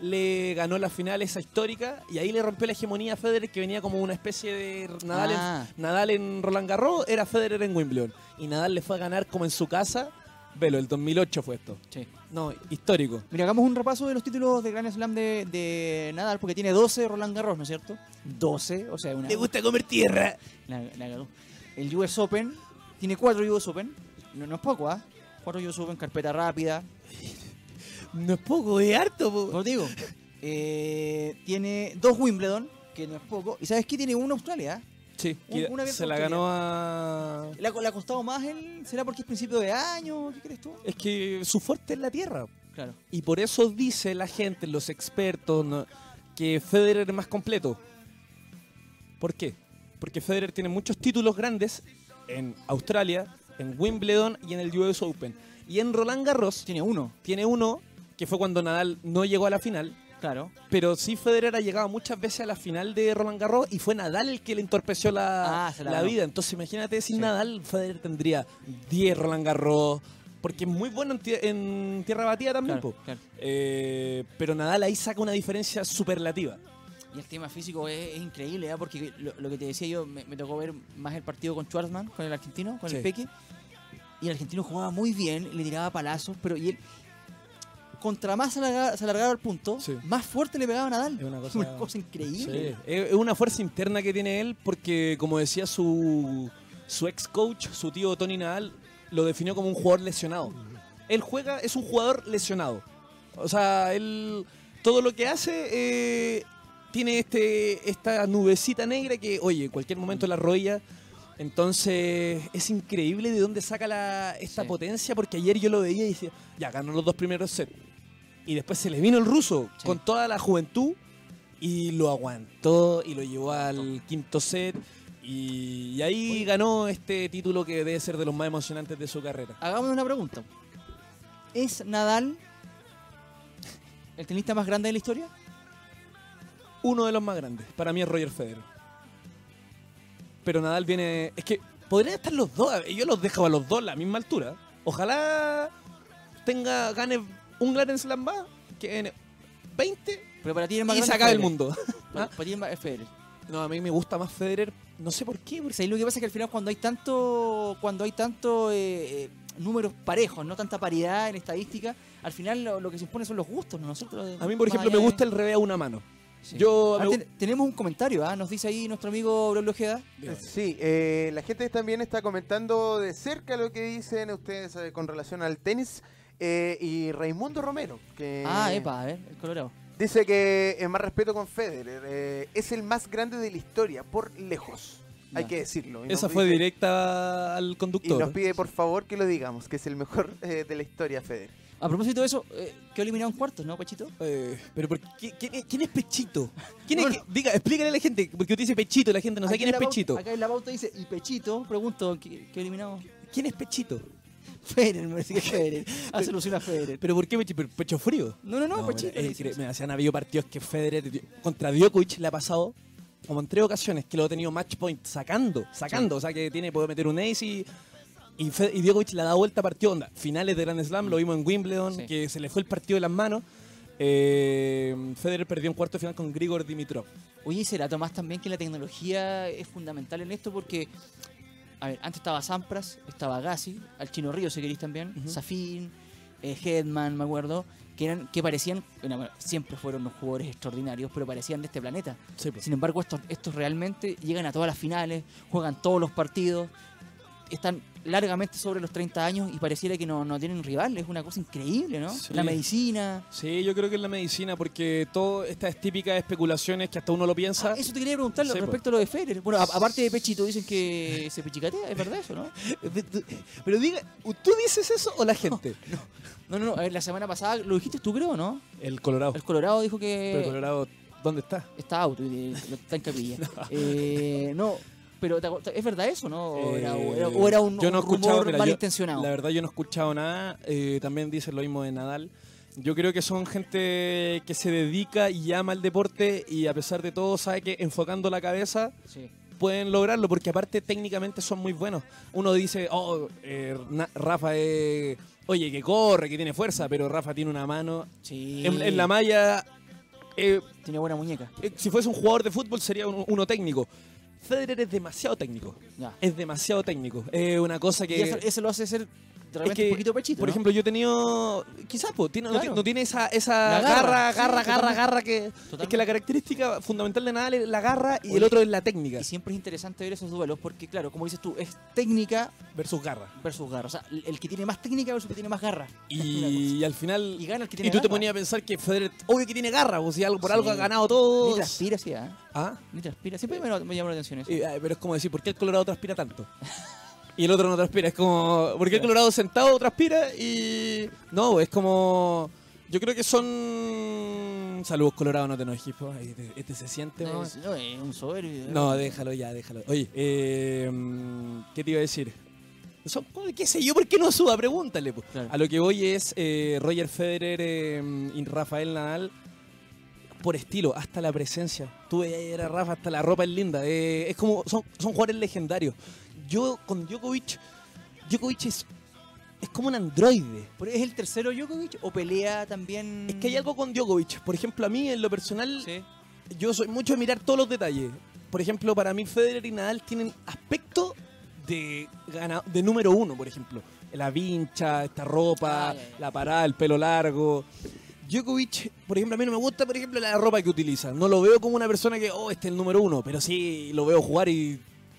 le ganó la final esa histórica y ahí le rompió la hegemonía a Federer que venía como una especie de Nadal, Ah. en, Nadal en Roland Garros, era Federer en Wimbledon y Nadal le fue a ganar como en su casa, velo, el dos mil ocho fue esto. Sí. No, histórico. Mira, hagamos un repaso de los títulos de Grand Slam de, de Nadal, porque tiene doce Roland Garros, ¿no es cierto? doce, o sea, una... comer tierra. La, la cagó. El U S Open, tiene cuatro U S Open, no, no es poco, ¿ah? Cuatro U S Open, carpeta rápida, No es poco, es harto, po. como te digo. Eh, tiene dos Wimbledon, que no es poco, y ¿sabes qué? Tiene una Australia, ¿ah? Sí, Un- que una vez se la Australia. ganó a... ¿Le ha, le ha costado más el...? ¿Será porque es principio de año? ¿Qué crees tú? Es que su fuerte es la tierra. Claro. Y por eso dice la gente, los expertos, ¿no?, que Federer es más completo. ¿Por qué? Porque Federer tiene muchos títulos grandes en Australia, en Wimbledon y en el U S Open. Y en Roland Garros Tiene uno, tiene uno, que fue cuando Nadal no llegó a la final. claro. Pero sí Federer ha llegado muchas veces a la final de Roland Garros y fue Nadal el que le entorpeció la, Ah, se la la ganó. vida. Entonces imagínate, sin Sí. Nadal, Federer tendría diez Roland Garros, porque es muy bueno en, tie- en tierra batida también. Claro, po. claro. Eh, pero Nadal ahí saca una diferencia superlativa. Y el tema físico es, es increíble, ¿eh? Porque lo, lo que te decía yo, me, me tocó ver más el partido con Schwarzman, con el argentino, con Sí. el Peque. Y el argentino jugaba muy bien, le tiraba palazos, pero y él, contra más se alargaba, se alargaba el punto, Sí. más fuerte le pegaba a Nadal. Es una cosa- Sí, increíble. es es una fuerza interna que tiene él porque, como decía su, su ex coach, su tío Tony Nadal, lo definió como un jugador lesionado. Él juega, es un jugador lesionado. O sea, él todo lo que hace eh, tiene este esta nubecita negra que, oye, en cualquier momento la rodilla. Entonces es increíble de dónde saca la, esta Sí. potencia, porque ayer yo lo veía y decía, ya ganó los dos primeros sets. Y después se le vino el ruso Sí. con toda la juventud y lo aguantó y lo llevó al quinto set. Y, y ahí Oye. ganó este título que debe ser de los más emocionantes de su carrera. Hagamos una pregunta. ¿Es Nadal ¿El tenista más grande de la historia? Uno de los más grandes. Para mí es Roger Federer. Pero Nadal viene... Es que podrían estar los dos. Yo los dejo a los dos a la misma altura. Ojalá tenga gane un Grand Slam más, que en veinte Pero para ti es más y grande se acabe el Federer. mundo. Para, para ti es más es Federer. No, a mí me gusta más Federer. No sé por qué. Porque... ¿Sabes lo que pasa? Es que al final cuando hay tanto cuando hay tanto eh, eh, números parejos, no tanta paridad en estadística, al final lo, lo que se impone son los gustos, ¿no? Nosotros, A mí, por más ejemplo, allá me de- gusta el revés a una mano. Sí. Yo... Ah, me- ten- tenemos un comentario, ¿ah? Nos dice ahí nuestro amigo Braulio Ojeda. Sí, eh, la gente también está comentando de cerca lo que dicen ustedes eh, con relación al tenis. eh, y Raimundo Romero, que Ah, epa, a ver, el Colorado. dice que en más respeto con Federer, eh, es el más grande de la historia, por lejos. Hay Ya. que decirlo. Y nos Esa fue dice- directa al Y conductor. nos pide por favor que lo digamos, que es el mejor eh, de la historia, Federer. A propósito de eso, eh, quedó eliminado en cuartos, ¿no, Pachito? Eh, pero ¿por qué- quién, es, quién es Pechito? ¿Quién es, Bueno. que- diga, explícale a la gente, porque usted dice Pechito y la gente no sabe Aquí quién en es la pauta- Pechito. Acá en la pauta dice, y Pechito, pregunto, ¿qué, qué eliminado? ¿Quién es Pechito? Federer, me parece que es Federer. Hace alusión a Federer. ¿Pero por qué Pechito? ¿Pero ¿Pecho frío? No, no, no, No, Pechito. mira, es dice. increíble. Mira, se han habido partidos que Federer contra Djokovic le ha pasado como en tres ocasiones que lo ha tenido match point sacando, sacando, o sea que tiene puede meter un ace y y, Fe- y Djokovic le ha dado vuelta a partido, onda, finales de Grand Slam, lo vimos en Wimbledon, Sí. que se le fue el partido de las manos. Eh, Federer perdió en cuarto de final con Grigor Dimitrov. Oye, ¿y será Tomás también que la tecnología es fundamental en esto? Porque, a ver, antes estaba Sampras, estaba Agassi, al Chino Río, si queréis también, Ujú. Safin, eh, Hedman, me acuerdo, que eran que parecían, bueno, bueno, siempre fueron unos jugadores extraordinarios, pero parecían de este planeta. Sí, pues. Sin embargo, estos, estos realmente llegan a todas las finales, juegan todos los partidos, están largamente sobre los treinta años y pareciera que no, no tienen rival. Es una cosa increíble, ¿no? Sí. La medicina. Sí, yo creo que es la medicina, porque todas estas típicas especulaciones que hasta uno lo piensa. Ah, eso te quería preguntar Sí, respecto a lo de Federer. Bueno, a- aparte de Pechito, dicen que se pechicatea, ¿es verdad eso, no? Pero diga, ¿tú dices eso o la gente? No, no, no. A ver, la semana pasada lo dijiste tú, creo, ¿no? El Colorado. El Colorado dijo Pero el que Colorado, ¿dónde está? está out, y lo- está en capilla. Eh, no, pero ¿te acuer- ¿es verdad eso, no? ¿O era, o era- o era un, Yo no he un escuchado, rumor mira, yo- malintencionado? La verdad yo no he escuchado nada. Eh, también dicen lo mismo de Nadal. Yo creo que son gente que se dedica y ama el deporte y a pesar de todo sabe que enfocando la cabeza Sí. pueden lograrlo, porque aparte técnicamente son muy buenos. Uno dice, oh, eh, Na- Rafa es... Oye, que corre, que tiene fuerza, pero Rafa tiene una mano. Sí. En, en la malla, eh, Tiene buena muñeca. eh, si fuese un jugador de fútbol sería un- uno técnico. Federer es demasiado técnico. Ya. Es demasiado técnico. Es una cosa que... Y eso, eso lo hace ser realmente que, un poquito Pechito, por ¿no? ejemplo, yo he tenido... Quizás, pues, tiene, no, Claro. ti- no tiene esa, esa La garra, garra, garra, sí, garra, totalmente. garra, que... Es Totalmente. que la característica fundamental de Nadal es la garra y el Oye, otro es la técnica. Y siempre es interesante ver esos duelos porque, claro, como dices tú, es técnica Versus garra. versus garra. O sea, el que tiene más técnica versus el que tiene más garra. Y, al final... Y gana el que Y tiene tú te garra. ponías a pensar que Federer, obvio que tiene garra, o si algo, por Sí. algo ha ganado todo. Ni transpira, sí, ¿ah? ¿Ah? Ni transpira. Siempre me, me llamó la atención eso. Eh, ay, pero es como decir, ¿por qué el Colorado transpira tanto? Y el otro no transpira. Es como, ¿por qué el Colorado sentado transpira? Y. No, es como. Yo creo que son. Saludos, Colorado, no te enojes, po. Este, este se siente, ¿no? Es, no, es un soberbio. No, déjalo ya, déjalo. Oye, eh, ¿qué te iba a decir? Son- ¿Qué sé yo? ¿Por qué no suba? Pregúntale. Po. Claro. A lo que voy es eh, Roger Federer eh, y Rafael Nadal. Por estilo, hasta la presencia. Tú veías a Rafa, hasta la ropa es linda. Eh, es como, son, son jugadores legendarios. Yo con Djokovic, Djokovic es, es como un androide. ¿Pero ¿Es el tercero Djokovic o pelea también? Es que hay algo con Djokovic. Por ejemplo, a mí en lo personal, Sí. yo soy mucho de mirar todos los detalles. Por ejemplo, para mí Federer y Nadal tienen aspecto de, gana- de número uno, por ejemplo. La vincha, esta ropa, Ah, ya, ya. la parada, el pelo largo. Djokovic, por ejemplo, a mí no me gusta, por ejemplo, la ropa que utiliza. No lo veo como una persona que, oh, este es el número uno, pero sí lo veo jugar y...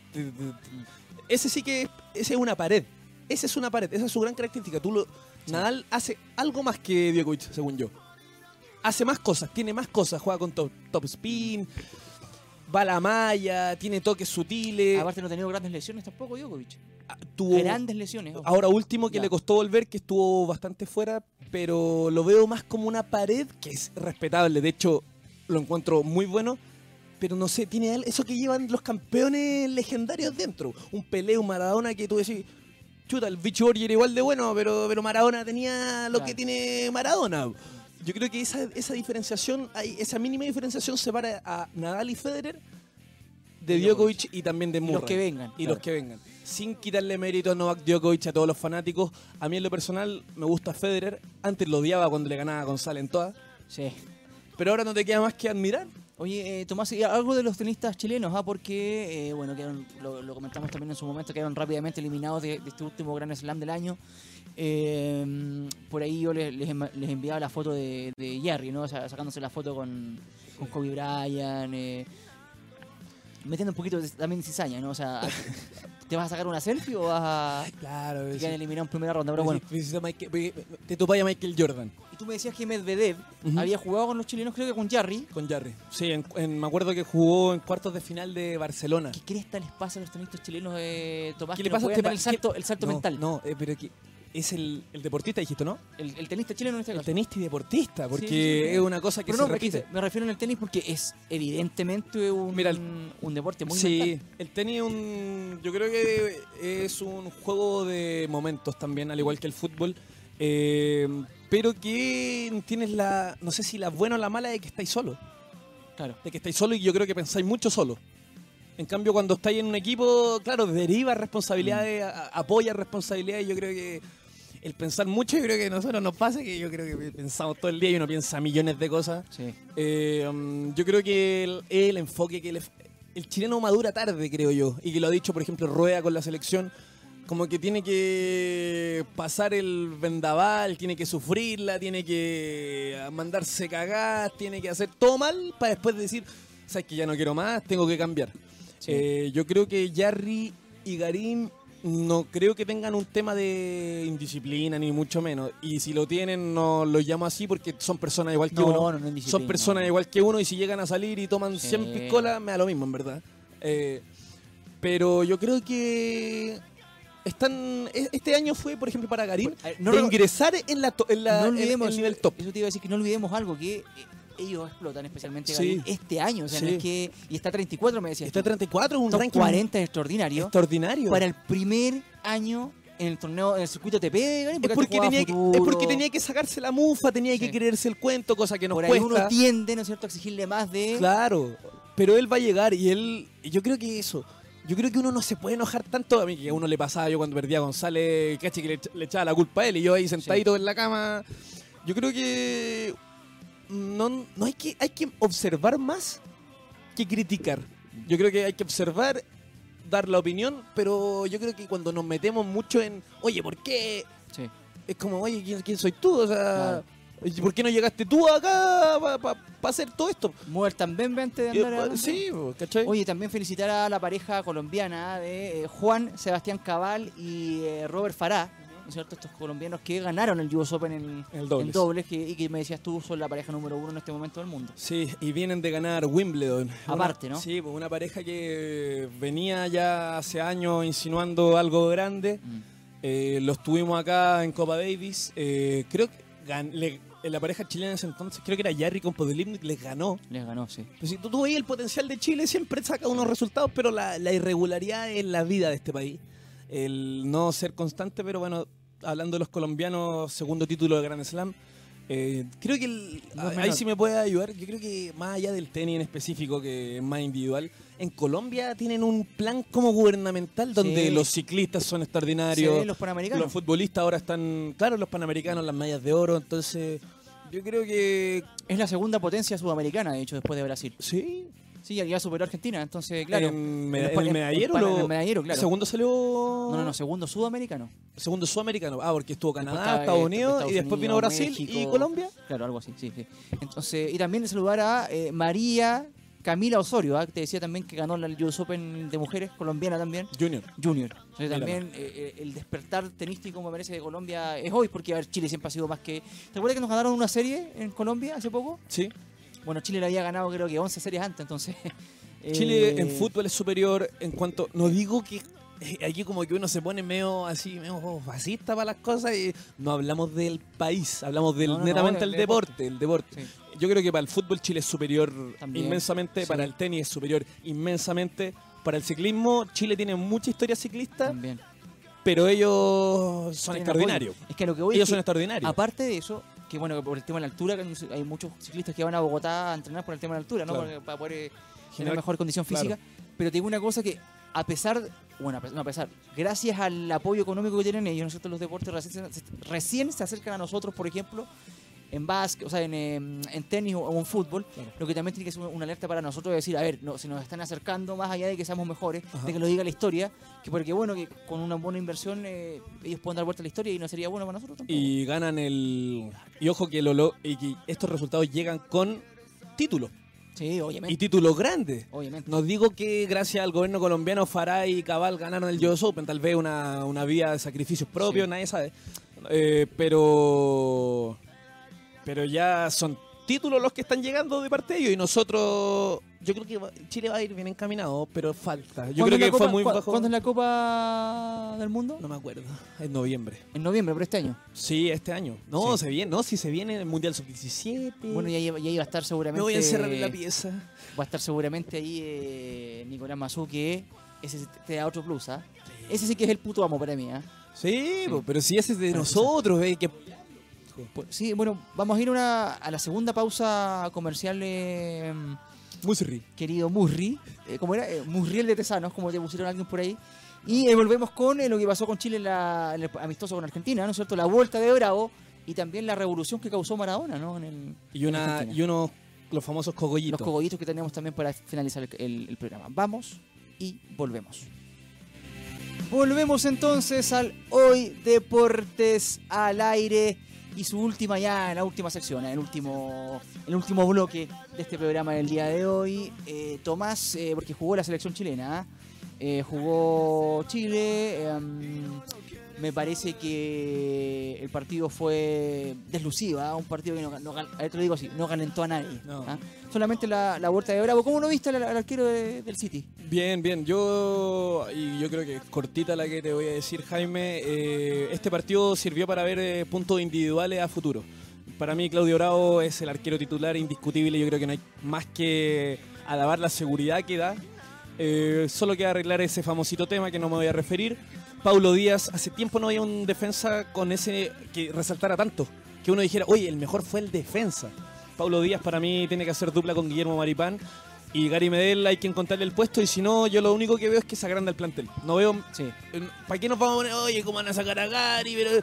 Ese sí que, ese es una pared. Esa es una pared, esa es su gran característica. Tú lo, Nadal hace algo más que Djokovic, según yo. Hace más cosas, tiene más cosas. Juega con top, top spin, va a la malla, tiene toques sutiles. Aparte no ha tenido grandes lesiones tampoco Djokovic. Ah, tuvo- Grandes lesiones. ojo. Ahora último que Ya. le costó volver, que estuvo bastante fuera, pero lo veo más como una pared que es respetable. De hecho, lo encuentro muy bueno, pero no sé, tiene al- eso que llevan los campeones legendarios dentro. Un Pelé, un Maradona que tú decís, chuta, el Vichy Borgi era igual de bueno, pero, pero Maradona tenía lo Claro. que tiene Maradona. yo creo que esa, esa diferenciación, hay, esa mínima diferenciación separa a Nadal y Federer de Djokovic y también de Murray. Y los que vengan. Y claro. los que vengan. Sin quitarle mérito a Novak Djokovic, a todos los fanáticos. A mí en lo personal me gusta Federer. Antes lo odiaba cuando le ganaba a González en todas. Sí. Pero ahora no te queda más que admirar. Oye, eh, Tomás, y algo de los tenistas chilenos, ¿ah? Porque, eh, bueno, quedaron, lo, lo comentamos también en su momento, quedaron rápidamente eliminados de, de este último Grand Slam del año. Eh, por ahí yo les, les, les enviaba la foto de, de Jerry, ¿no? O sea, sacándose la foto con, con Kobe Bryant, eh, metiendo un poquito de, también de cizaña, ¿no? O sea, ¿te vas a sacar una selfie o vas a Claro, quedar eliminado en primera ronda? Pero bueno. Te topáis a Michael Jordan. Y tú me decías que Medvedev Ujú. había jugado con los chilenos, creo que con Jarry. Con Jarry. Sí, en- en- me acuerdo que jugó en cuartos de final de Barcelona. ¿Qué cresta les pasa a los tenistas chilenos, eh, Tomás? ¿Qué que le no pasa a pueden este dar pa- el salto, el salto no, mental? No, eh, pero que es el, el deportista, dijiste, ¿no? El, el tenista chileno en este El caso. tenista y deportista, porque Sí, sí, sí. es una cosa que Pero se no, me, repite. me refiero en el tenis porque es evidentemente un, Mira, el- un deporte muy Sí, mental. el tenis es un, yo creo que es un juego de momentos también, al igual que el fútbol, eh, pero que tienes la, no sé si la buena o la mala de que estáis solo, Claro. de que estáis solo y yo creo que pensáis mucho solo. En cambio, cuando estáis en un equipo, claro, deriva responsabilidades, a- apoya responsabilidades, yo creo que el pensar mucho, yo creo que a nosotros nos pasa, que yo creo que pensamos todo el día y uno piensa millones de cosas. Sí. Eh, um, yo creo que el, el enfoque que le, el chileno madura tarde, creo yo, y que lo ha dicho, por ejemplo, Rueda con la selección, como que tiene que pasar el vendaval, tiene que sufrirla, tiene que mandarse cagar, tiene que hacer todo mal para después decir, sabes que ya no quiero más, tengo que cambiar. Sí. Eh, yo creo que Jarry y Garín no creo que tengan un tema de indisciplina, ni mucho menos. Y si lo tienen, no los llamo así porque son personas igual que No, uno. no, no es disciplina, Son personas no. igual que uno y si llegan a salir y toman Sí. cien piscolas, me da lo mismo, en verdad. Eh, pero yo creo que están e- este año fue, por ejemplo, para Garín, A ver, no de re- ingresar en, la, to- en, la, no en- olvidemos, el nivel top. Eso te iba a decir, que no olvidemos algo, que eh, ellos explotan especialmente Sí. Garín, este año. O sea, no Sí. es que, y está treinta y cuatro, me decías. Está tú. treinta y cuatro, un Top ranking cuarenta es extraordinario. extraordinario. Para el primer año en el torneo, en el circuito T P de Garín, Es porque, porque, antes tenía jugaba que, es Futuro. porque tenía que sacarse la mufa, tenía que Sí. creerse el cuento, cosa que nos Por ahí cuesta. uno tiende, ¿no es cierto?, a exigirle más de... Claro, pero él va a llegar y él, yo creo que eso, yo creo que uno no se puede enojar tanto. A mí que a uno le pasaba, yo cuando perdía a González, caché que le, le echaba la culpa a él y yo ahí sentadito en la cama. Yo creo que no, no hay que, hay que observar más que criticar. Yo creo que hay que observar, dar la opinión, pero yo creo que cuando nos metemos mucho en, oye, ¿por qué? Sí. Es como, oye, ¿quién, quién soy tú? O sea, Claro. ¿por qué no llegaste tú acá para pa, pa hacer todo esto? Mover también antes de Eh, andar... a- Sí, po, ¿cachai? Oye, también felicitar a la pareja colombiana de eh, Juan Sebastián Cabal y eh, Robert Farah, ¿no es cierto? Estos colombianos que ganaron el U S Open en, En el dobles. en dobles, que, y que me decías tú son la pareja número uno en este momento del mundo. Sí, y vienen de ganar Wimbledon. Aparte, Una- ¿no? Sí, pues una pareja que venía ya hace años insinuando algo grande. Eh, los tuvimos acá en Copa Davis. Eh, creo que gan- le- la pareja chilena en ese entonces, creo que era Jarry con Podolipnik, les ganó. Les ganó, sí. Pues si tú, tú veías el potencial de Chile, siempre saca unos resultados, pero la, la irregularidad es la vida de este país. El no ser constante, pero bueno, hablando de los colombianos, segundo título de Grand Slam. Eh, creo que el- No es ahí menor. sí me puede ayudar. Yo creo que más allá del tenis en específico, que es más individual, en Colombia tienen un plan como gubernamental donde Sí. los ciclistas son Se extraordinarios. ven los panamericanos. Los futbolistas ahora están, claro, los panamericanos, las medallas de oro. Entonces, yo creo que Es la segunda potencia sudamericana, de hecho, después de Brasil. sí. Sí, ya superó a Argentina, entonces, claro. En, me- En en los- el en- medallero, en- lo- en el medallero, claro. Segundo salió. No, no, no, segundo sudamericano. Segundo sudamericano. Ah, porque estuvo Canadá, está, Estados eh, Unidos Estados y después vino Unidos, Brasil México. y Colombia. Claro, algo así, sí, sí. Entonces, y también saludar a eh, María Camila Osorio, ¿ah? que te decía también que ganó el U S Open de mujeres, colombiana también, Junior. junior. Entonces, Mira. también eh, el despertar tenístico, me parece, de Colombia es hoy, porque a ver, Chile siempre ha sido más que... ¿Te acuerdas que nos ganaron una serie en Colombia hace poco? Sí. Bueno, Chile le había ganado creo que once series antes, entonces... Chile eh, en fútbol es superior en cuanto. No digo que. eh, Aquí como que uno se pone medio así, medio fascista para las cosas y no hablamos del país, hablamos del No, no, no, netamente del el deporte, el deporte. Sí. Yo creo que para el fútbol Chile es superior También, inmensamente, sí. para el tenis es superior inmensamente, para el ciclismo Chile tiene mucha historia ciclista, También. pero ellos son Tienen extraordinarios. apoyo. Es que a lo que voy Ellos es son que, extraordinarios. aparte de eso, que bueno, que por el tema de la altura, que hay muchos ciclistas que van a Bogotá a entrenar por el tema de la altura, ¿no? Claro. Porque- para poder eh, tener Generar- mejor condición física. Pero te digo una cosa que, a pesar, bueno, a pesar, no a pesar, gracias al apoyo económico que tienen ellos, nosotros los deportes recién, se- recién se acercan a nosotros, por ejemplo, en básquet, o sea, en, em, en tenis o, o en fútbol, Claro. lo que también tiene que ser una alerta para nosotros de decir, a ver, no, se nos están acercando más allá de que seamos mejores, Ajá. de que lo diga la historia, que porque bueno, que con una buena inversión eh, ellos pueden dar vuelta a la historia y no sería bueno para nosotros tampoco. Y ganan el... Y ojo que, lo, lo- y que estos resultados llegan con títulos. Sí, obviamente. Y títulos grandes. obviamente. No digo que gracias al gobierno colombiano Farah y Cabal ganaron el U S Open, tal vez una, una vía de sacrificios propios, Sí. nadie sabe. Eh, pero pero ya son títulos los que están llegando de parte de ellos y nosotros, yo creo que va- Chile va a ir bien encaminado, pero falta. Yo ¿Cuándo creo es la que Copa- fue muy cu- bajo. ¿Cuándo es la Copa del Mundo? No me acuerdo, es noviembre. En noviembre, pero este año. Sí, este año. No, Sí. se viene, no, si se viene el Mundial sub diecisiete. Bueno, ya, iba- ya iba a estar seguramente. me voy a encerrar en la pieza. Va a estar seguramente ahí eh, Nicolás Mazú, que ese sí te da otro plus, ¿ah? Ese sí que es el puto amo para mí, ¿ah? Sí, po, pero si ese es de Bueno, nosotros, eh, que Pues, sí, bueno, vamos a ir una, a la segunda pausa comercial, eh, Musri. querido Murri. Eh, ¿Cómo era? Eh, Murriel de Tesanos, como te pusieron alguien por ahí. Y eh, volvemos con eh, lo que pasó con Chile en, la, en el amistoso con Argentina, ¿no es cierto? La vuelta de Bravo y también la revolución que causó Maradona, ¿no? En el, Y una Argentina. y unos los famosos cogollitos. Los cogollitos que tenemos también para finalizar el, el- el programa. Vamos y volvemos. Volvemos entonces al Hoy Deportes al Aire y su última ya, la última sección, el último, el último bloque de este programa del día de hoy. Eh, Tomás, eh, porque jugó la selección chilena, ¿ah? Eh, jugó Chile. em, me parece que el partido fue deslucido, ¿ah? Un partido que no, no, gan- a ver, te lo digo así, no calentó a nadie. No. ¿Ah? Solamente la, la vuelta de Bravo. ¿Cómo lo viste al, al arquero de- del City? Bien, bien. Yo y yo creo que cortita la que te voy a decir, Jaime. eh, este partido sirvió para ver eh, puntos individuales a futuro. Para mí, Claudio Bravo es el arquero titular indiscutible. Yo creo que no hay más que alabar la seguridad que da. Eh, solo queda arreglar ese famosito tema que no me voy a referir. Paulo Díaz, hace tiempo no había un defensa con ese que resaltara tanto. Que uno dijera, oye, el mejor fue el defensa. Paulo Díaz para mí tiene que hacer dupla con Guillermo Maripán. Y Gary Medel hay que encontrarle el puesto. Y si no, yo lo único que veo es que se agranda el plantel. No veo. Sí. ¿Para qué nos vamos a poner, oye, cómo van a sacar a Gary? Pero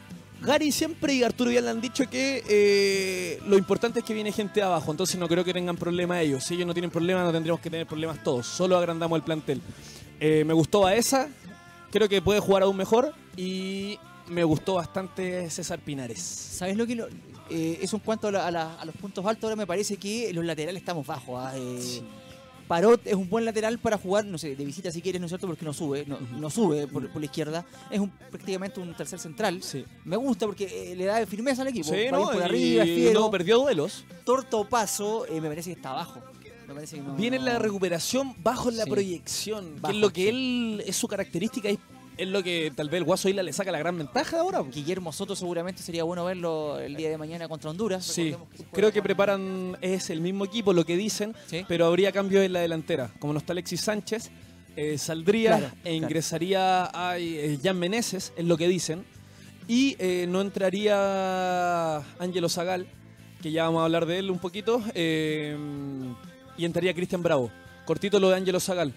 Gary siempre y Arturo Vidal le han dicho que eh, lo importante es que viene gente de abajo. Entonces no creo que tengan problema ellos. Si ellos no tienen problemas, no tendríamos que tener problemas todos. Solo agrandamos el plantel. Eh, me gustó Baeza. Creo que puede jugar aún mejor. Y me gustó bastante César Pinares. ¿Sabes lo que lo, eh, eso en cuanto a, la- a la- a los puntos altos? Ahora me parece que los laterales estamos bajos. ¿Ah? Eh, Sí. Parot es un buen lateral para jugar, no sé, de visita si quieres, ¿no es cierto? Porque no sube, no, no sube por, por la izquierda. Es un, prácticamente un tercer central. Sí, Me gusta porque eh, le da firmeza al equipo. sí, Va bien ¿no? por Y arriba, es fiero. no perdió duelos. Torto paso, eh, me parece que está abajo. Me parece que no, Viene no- la recuperación bajo en la Sí. proyección, que Bajo, es lo que sí. él, es su característica, es, es lo que tal vez el Guaso Isla le saca la gran ventaja ahora. Guillermo Soto seguramente sería bueno verlo el día de mañana contra Honduras. Sí, Recordemos que se juega creo que con- preparan, es el mismo equipo, lo que dicen, Sí. pero habría cambios en la delantera. Como no está Alexis Sánchez, eh, saldría Claro, e claro. ingresaría a eh, Jan Meneses, es lo que dicen, y eh, no entraría Ángelo Zagal, que ya vamos a hablar de él un poquito, eh, y entraría Cristian Bravo. Cortito lo de Ángelo Zagal.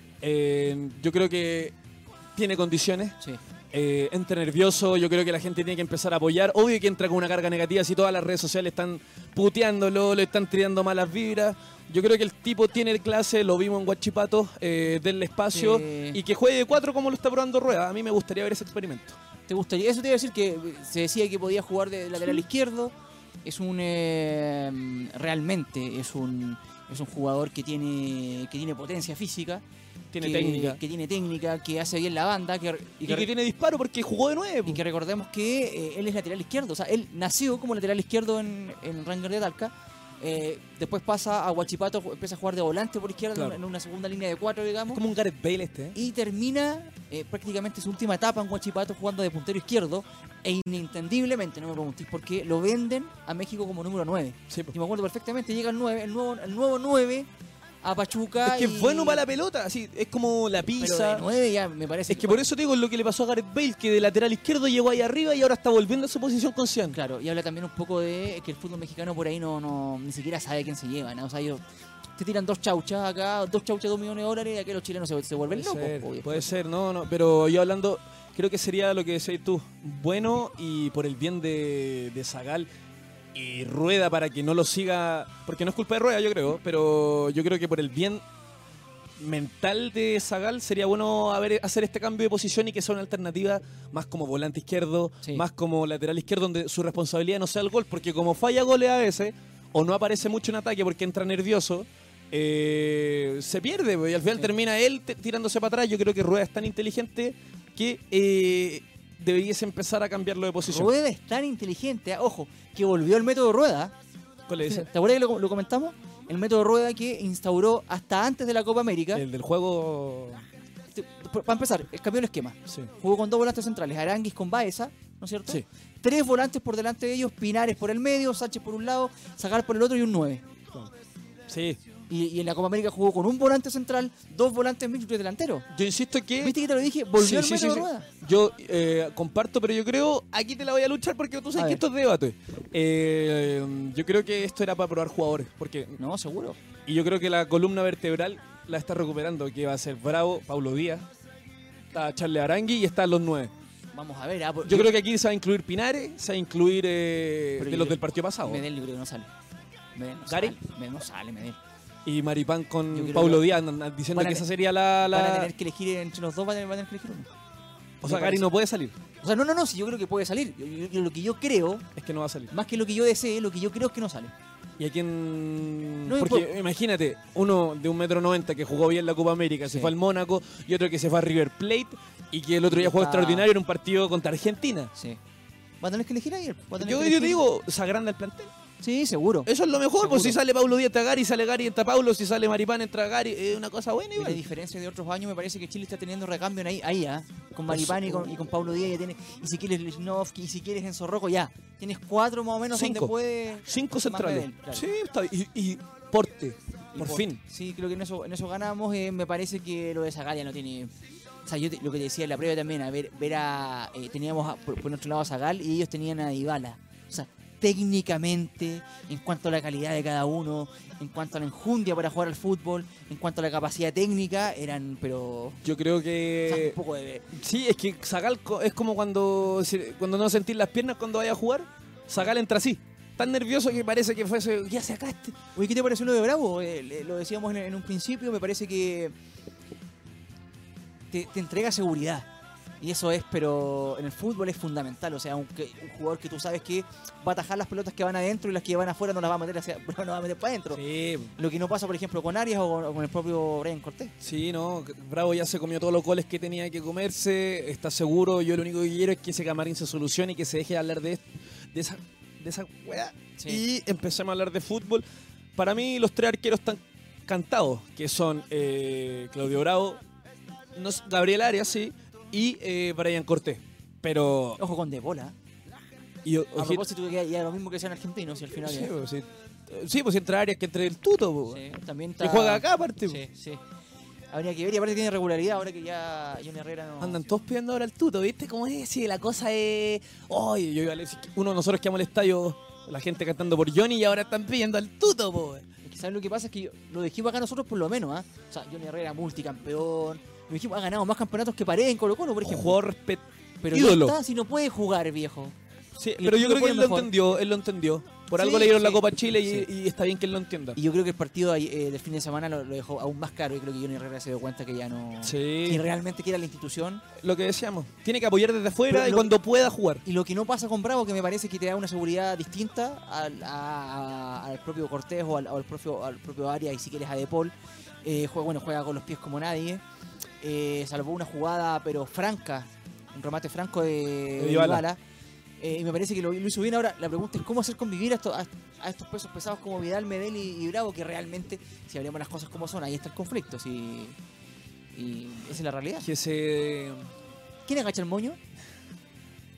Eh, yo creo que tiene condiciones. Sí. Eh, entra nervioso, yo creo que la gente tiene que empezar a apoyar. Obvio que entra con una carga negativa si todas las redes sociales están puteándolo, le están tirando malas vibras. Yo creo que el tipo tiene clase, lo vimos en Huachipato, eh, denle espacio Sí. y que juegue de cuatro como lo está probando Rueda. A mí me gustaría ver ese experimento. ¿Te gustaría? Eso te iba a decir que eh, se decía que podía jugar de lateral izquierdo. Es un eh, realmente es un es un jugador que tiene que tiene potencia física, Tiene que, técnica. que tiene técnica, que hace bien la banda, que, y Y que, que tiene disparo porque jugó de nuevo. y que recordemos que eh, él es lateral izquierdo, o sea, él nació como lateral izquierdo en, en Ranger de Talca. Eh, después pasa a Huachipato, ju- empieza a jugar de volante por izquierda Claro. en, una, en una segunda línea de cuatro, digamos. Como un Gareth Bale este. ¿eh? Y termina eh, prácticamente su última etapa en Huachipato jugando de puntero izquierdo. E inentendiblemente, no me preguntéis por qué, lo venden a México como número nueve. Sí, po. Y me acuerdo perfectamente, llega el nueve, el nuevo, el nuevo nueve a Pachuca. Es que y... es bueno para la pelota, así, es como la Pero pizza. de nueve ya me parece. Es que por eso te digo lo que le pasó a Gareth Bale, que de lateral izquierdo llegó ahí arriba y ahora está volviendo a su posición con Cian. Claro, y habla también un poco de que el fútbol mexicano por ahí no, no ni siquiera sabe quién se lleva, ¿no? O sea, ellos te tiran dos chauchas acá, dos chauchas de dos millones de dólares y aquí los chilenos se, se vuelven Puede locos. ser, obvio. puede ser, no, no, pero yo hablando, creo que sería lo que decís tú, bueno y por el bien de, de Zagal y Rueda para que no lo siga, porque no es culpa de Rueda yo creo, pero yo creo que por el bien mental de Zagal sería bueno haber, hacer este cambio de posición y que sea una alternativa más como volante izquierdo, Sí. más como lateral izquierdo donde su responsabilidad no sea el gol, porque como falla goles a veces o no aparece mucho en ataque porque entra nervioso, eh, se pierde pues, y al final Sí. termina él te- tirándose para atrás. Yo creo que Rueda es tan inteligente que eh, deberías empezar a cambiarlo de posición. Rueda es tan inteligente, ah, ojo, que volvió el método Rueda. ¿Cuál le dice? ¿Te acuerdas que lo, lo comentamos? El método Rueda que instauró hasta antes de la Copa América. El del juego. Te- Para empezar, el cambió el esquema. Sí. Jugó con dos volantes centrales, Aranguis con Baeza, ¿no es cierto? Sí. Tres volantes por delante de ellos, Pinares por el medio, Sánchez por un lado, Zagal por el otro y un nueve. Sí. Y, y en la Copa América jugó con un volante central, dos volantes mixtos y tres delanteros. Yo insisto que. ¿Viste que te lo dije? Volvió Sí, el sí, método sí, sí. Rueda. Yo eh, comparto, pero yo creo, aquí te la voy a luchar porque tú A sabes que ver. esto es debate. Eh, yo creo que esto era para probar jugadores, porque No, seguro. y yo creo que la columna vertebral la está recuperando, que va a ser Bravo, Paulo Díaz, está Charles Arangui y están los nueve. Vamos a ver. ah, por- Yo creo que aquí se va a incluir Pinares, se va a incluir eh, Pero de yo los creo- del partido pasado. Medel yo creo que no sale. Medel no ¿Gary? sale. Medel no sale, Medel. Y Maripán Yo con creo Paulo que Díaz andan diciendo van a que te- esa sería la... la- Van a tener que elegir entre los dos, van a van a tener que elegir uno. O sea, me Gary parece. no puede salir. O sea, no, no, no, si yo creo que puede salir. Yo- yo- yo- lo que yo creo, Es que no va a salir. más que lo que yo desee, lo que yo creo es que no sale. ¿Y a quién...? No, Porque por- imagínate, uno de un metro noventa que jugó bien la Copa América, se Sí. fue al Mónaco, y otro que se fue a River Plate, y que el otro Y día jugó está- extraordinario en un partido contra Argentina. Sí. Va a tener que elegir a él. va a tener Yo, que yo te elegir. digo, se agranda el plantel. Sí, seguro. Eso es lo mejor, Seguro. pues si sale Paulo Díaz entra Gary, sale Gary entra Paulo, si sale Maripán entra Gary, es una cosa buena Y a igual. diferencia de otros años, me parece que Chile está teniendo recambio en ahí, ahí ¿ah? Con Maripán y con, y con Pablo Díaz. Ya tiene, y si quieres Lichnowsky, y si quieres Enzo Rocco, ya. Tienes cuatro más o menos Cinco. donde puede... Cinco más centrales. Medel, claro. Sí, está bien. Y, y Porte, Y por por- fin. Sí, creo que en eso, en eso ganamos. eh, me parece que lo de Zagal ya no tiene... O sea, yo te- lo que te decía en la previa también, a ver, ver a... eh, teníamos a- por, por nuestro lado a Zagal y ellos tenían a Dybala. O sea, técnicamente, en cuanto a la calidad de cada uno, en cuanto a la enjundia para jugar al fútbol, en cuanto a la capacidad técnica, eran, pero... Yo creo o sea, que... un poco de... Sí, es que Zagal co- es como cuando, si- cuando no sentís las piernas cuando vaya a jugar. Zagal entra así. Tan nervioso que parece que fuese... Ya se sacaste. Oye, ¿qué te pareció lo de Bravo? Eh, le- lo decíamos en, en un principio, me parece que te, te entrega seguridad. Y eso es, pero en el fútbol es fundamental. O sea, aunque un jugador que tú sabes que va a atajar las pelotas que van adentro y las que van afuera no las va a meter hacia, no las va a meter para adentro. Sí, Lo que no pasa, por ejemplo, con Arias o con, o con el propio Brian Cortés. sí, no. Bravo ya se comió todos los goles que tenía que comerse. Está seguro. Yo lo único que quiero es que ese camarín se solucione y que se deje de hablar de, est- de esa, de esa weá. Sí. Y empecemos a hablar de fútbol. Para mí, los tres arqueros están cantados, que son eh, Claudio Bravo, no sé, Gabriel Arias, sí, y eh, Brian Cortés. Pero... Ojo con De Bola. y, A oji- propósito, que ya lo mismo que sean argentinos, y al final. Sí, ya- pues, sí. Sí, pues entra Arias que entre el tuto, pues. Sí, también Que está. juega acá aparte. Sí, sí. Habría que ver, y aparte tiene regularidad ahora que ya Johnny Herrera no. Andan todos pidiendo ahora el tuto, ¿viste? ¿Cómo es? Sí, la cosa es... Oye, yo iba a decir que uno de nosotros que vamos al estadio, la gente cantando por Johnny y ahora están pidiendo al tuto, pues. Es que ¿sabes lo que pasa? Es que yo- lo dijimos acá nosotros por lo menos, ¿ah? O sea, Johnny Herrera, multicampeón. Lo dijimos, ha ganado más campeonatos que Paredes en Colo Colo, por ejemplo. Jugador respet... Pero ídolo. ya está, si no puede jugar, viejo. Sí, Y pero el yo fútbol creo que él es lo mejor. entendió, él lo entendió. Por Sí, algo le dieron la sí, Copa Chile y, sí. y está bien que él lo entienda. Y yo creo que el partido ahí, eh, del fin de semana lo, lo dejó aún más claro y creo que Johnny Herrera se dio cuenta que ya no... Sí. Que realmente quiere la institución. Lo que decíamos, tiene que apoyar desde afuera Pero y lo- cuando pueda jugar. Y lo que no pasa con Bravo, que me parece que te da una seguridad distinta al, a- a- al propio Cortés o al, o al propio, al propio Arias y si quieres a De Paul. Eh, juega, bueno, juega con los pies como nadie. Eh, salvó una jugada, pero franca, un remate franco de, de Dybala. Dybala. Eh, y me parece que lo, lo hizo bien. Ahora la pregunta es cómo hacer convivir a, estos- a- a estos pesos pesados como Vidal, Medel y, y Bravo, que realmente, si hablamos las cosas como son, ahí está el conflicto. Si, y esa es la realidad. Que se... ¿Quién agacha el moño?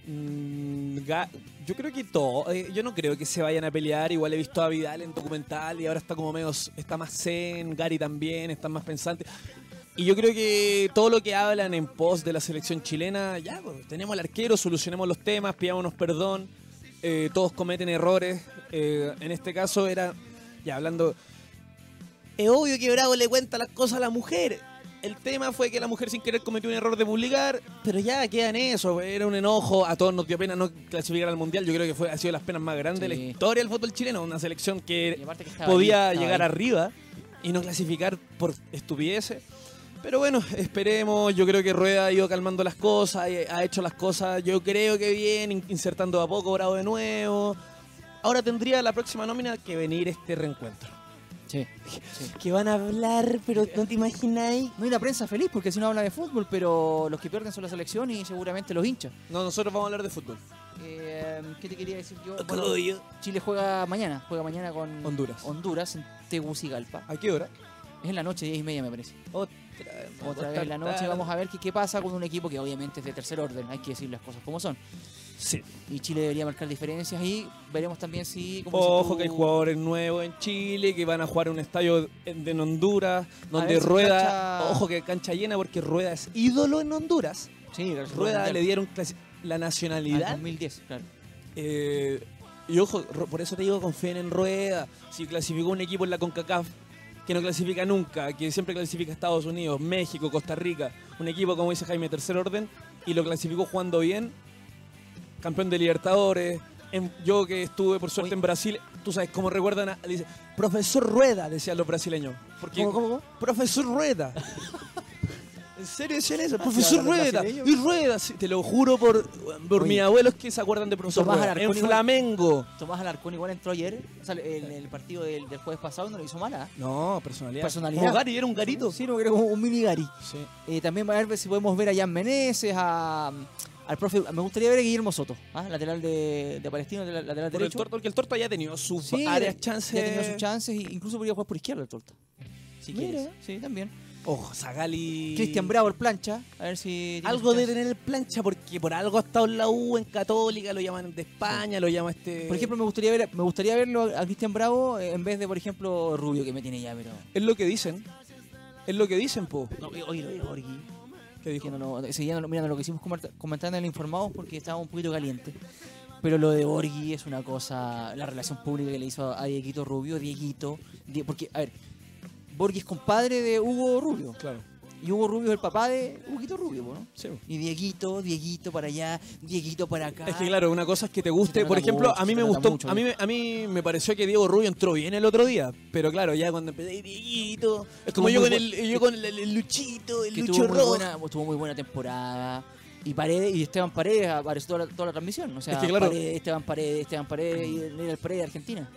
Mm, ga- yo creo que todo. eh, yo no creo que se vayan a pelear. Igual he visto a Vidal en documental y ahora está como medio. Está más zen. Gary también, están más pensantes. Y yo creo que todo lo que hablan en pos de la selección chilena, ya, pues, tenemos al arquero, solucionemos los temas, pidámonos perdón. eh, todos cometen errores. eh, en este caso era. Ya hablando. Es obvio que Bravo le cuenta las cosas a la mujer. El tema fue que la mujer sin querer cometió un error de publicar, pero ya queda en eso, era un enojo, a todos nos dio pena no clasificar al Mundial, yo creo que fue ha sido las penas más grandes de la Sí. historia del fútbol chileno, una selección Y que aparte que estaba podía ahí, estaba llegar ahí. arriba y no clasificar por estupideces. Pero bueno, esperemos, yo creo que Rueda ha ido calmando las cosas, ha hecho las cosas, yo creo que bien, in- insertando a poco Bravo de nuevo. Ahora tendría la próxima nómina que venir este reencuentro. Sí. Que van a hablar, pero no te imagináis. No hay una prensa feliz porque si no habla de fútbol, pero los que pierden son la selección y seguramente los hinchas. No, nosotros vamos a hablar de fútbol. Eh, ¿Qué te quería decir yo? Bueno, Bueno, yo. Chile juega mañana, juega mañana con Honduras. Honduras en Tegucigalpa. ¿A qué hora? Es en la noche, diez y media me parece. Otra vez, Otra vez en la noche vamos a ver qué, qué pasa con un equipo que obviamente es de tercer orden, hay que decir las cosas como son. Sí. Y Chile debería marcar diferencias y veremos también si... como dices Ojo tú, que hay jugadores nuevos en Chile que van a jugar en un estadio en, en Honduras, donde ver si Rueda, cancha- ojo que cancha llena porque Rueda es ídolo en Honduras. Sí, claro, Rueda mundial. le dieron clasi- la Al nacionalidad. dos mil diez, claro. Eh, y ojo, Ro- por eso te digo, confíen en Rueda. Si clasificó un equipo en la CONCACAF que no clasifica nunca, que siempre clasifica Estados Unidos, México, Costa Rica, un equipo como dice Jaime, tercer orden, y lo clasificó jugando bien, campeón de Libertadores. En- yo que estuve por suerte Oye. en Brasil, tú sabes cómo recuerdan, a- dice, profesor Rueda, decían los brasileños. Porque, ¿Cómo, cómo, cómo? Profesor Rueda. ¿En serio decían eso? Ah, Profesor ¿sí hablan Rueda. brasileño? Y Rueda, sí, te lo juro por, por Oye. mis abuelos que se acuerdan de profesor Tomás Rueda. Alarcón En igual. Flamengo. Tomás Alarcón igual entró ayer, o sea, en el partido del, del jueves pasado, no lo hizo mala. No, personalidad. Personalidad. Como Gary, era un garito. Sí, no, era como un mini Gary. Sí. Eh, también va a ver si podemos ver a Jan Meneses, a, al profe. Me gustaría ver a Guillermo Soto, ¿ah? lateral de, de Palestino, de la- lateral Por el derecho. torto, porque el torto ya ha tenido sus Sí, áreas, ya- chances. Ya ha tenido sus chances e incluso podría jugar por izquierda el torta. Si Mira. quieres. Sí, también. Ojo, Zagali. Cristian Bravo, el plancha. A ver si. tiene Algo sus de chances. tener el plancha, porque por algo ha estado en la U, en Católica, lo llaman de España, lo llama este. Por ejemplo, me gustaría ver, me gustaría verlo a Cristian Bravo eh, en vez de, por ejemplo, Rubio, que me tiene ya, pero. Es lo que dicen. Es lo que dicen, po. No, oye, lo de Borghi. ¿Qué dijo? Que no, lo- siguiendo lo- mirando lo que hicimos comentar- comentando en el Informados porque estaba un poquito caliente. Pero lo de Borghi es una cosa, la relación pública que le hizo a Dieguito Rubio, Dieguito, Die- porque, a ver, Borghi es compadre de Hugo Rubio, Claro. y Hugo Rubio es el papá de Huguito Rubio, ¿no? Sí. Y Dieguito, Dieguito para allá, Dieguito para acá. Es que claro, una cosa es que te Se guste. te Por nota ejemplo, mucho, a mí se me te nota gustó, mucho, a mí, me- a mí me pareció que Diego Rubio entró bien el otro día. Pero claro, ya cuando empecé, Dieguito. Es como Estuvo yo muy con, bu- el, yo con el, el Luchito, el que Lucho tuvo muy, Rojo. buena, tuvo muy buena temporada. Y Paredes, y Esteban Paredes apareció toda la, toda la transmisión. O sea, Es que claro- Paredes, Esteban Paredes, Esteban Paredes, y era el Paredes de Argentina.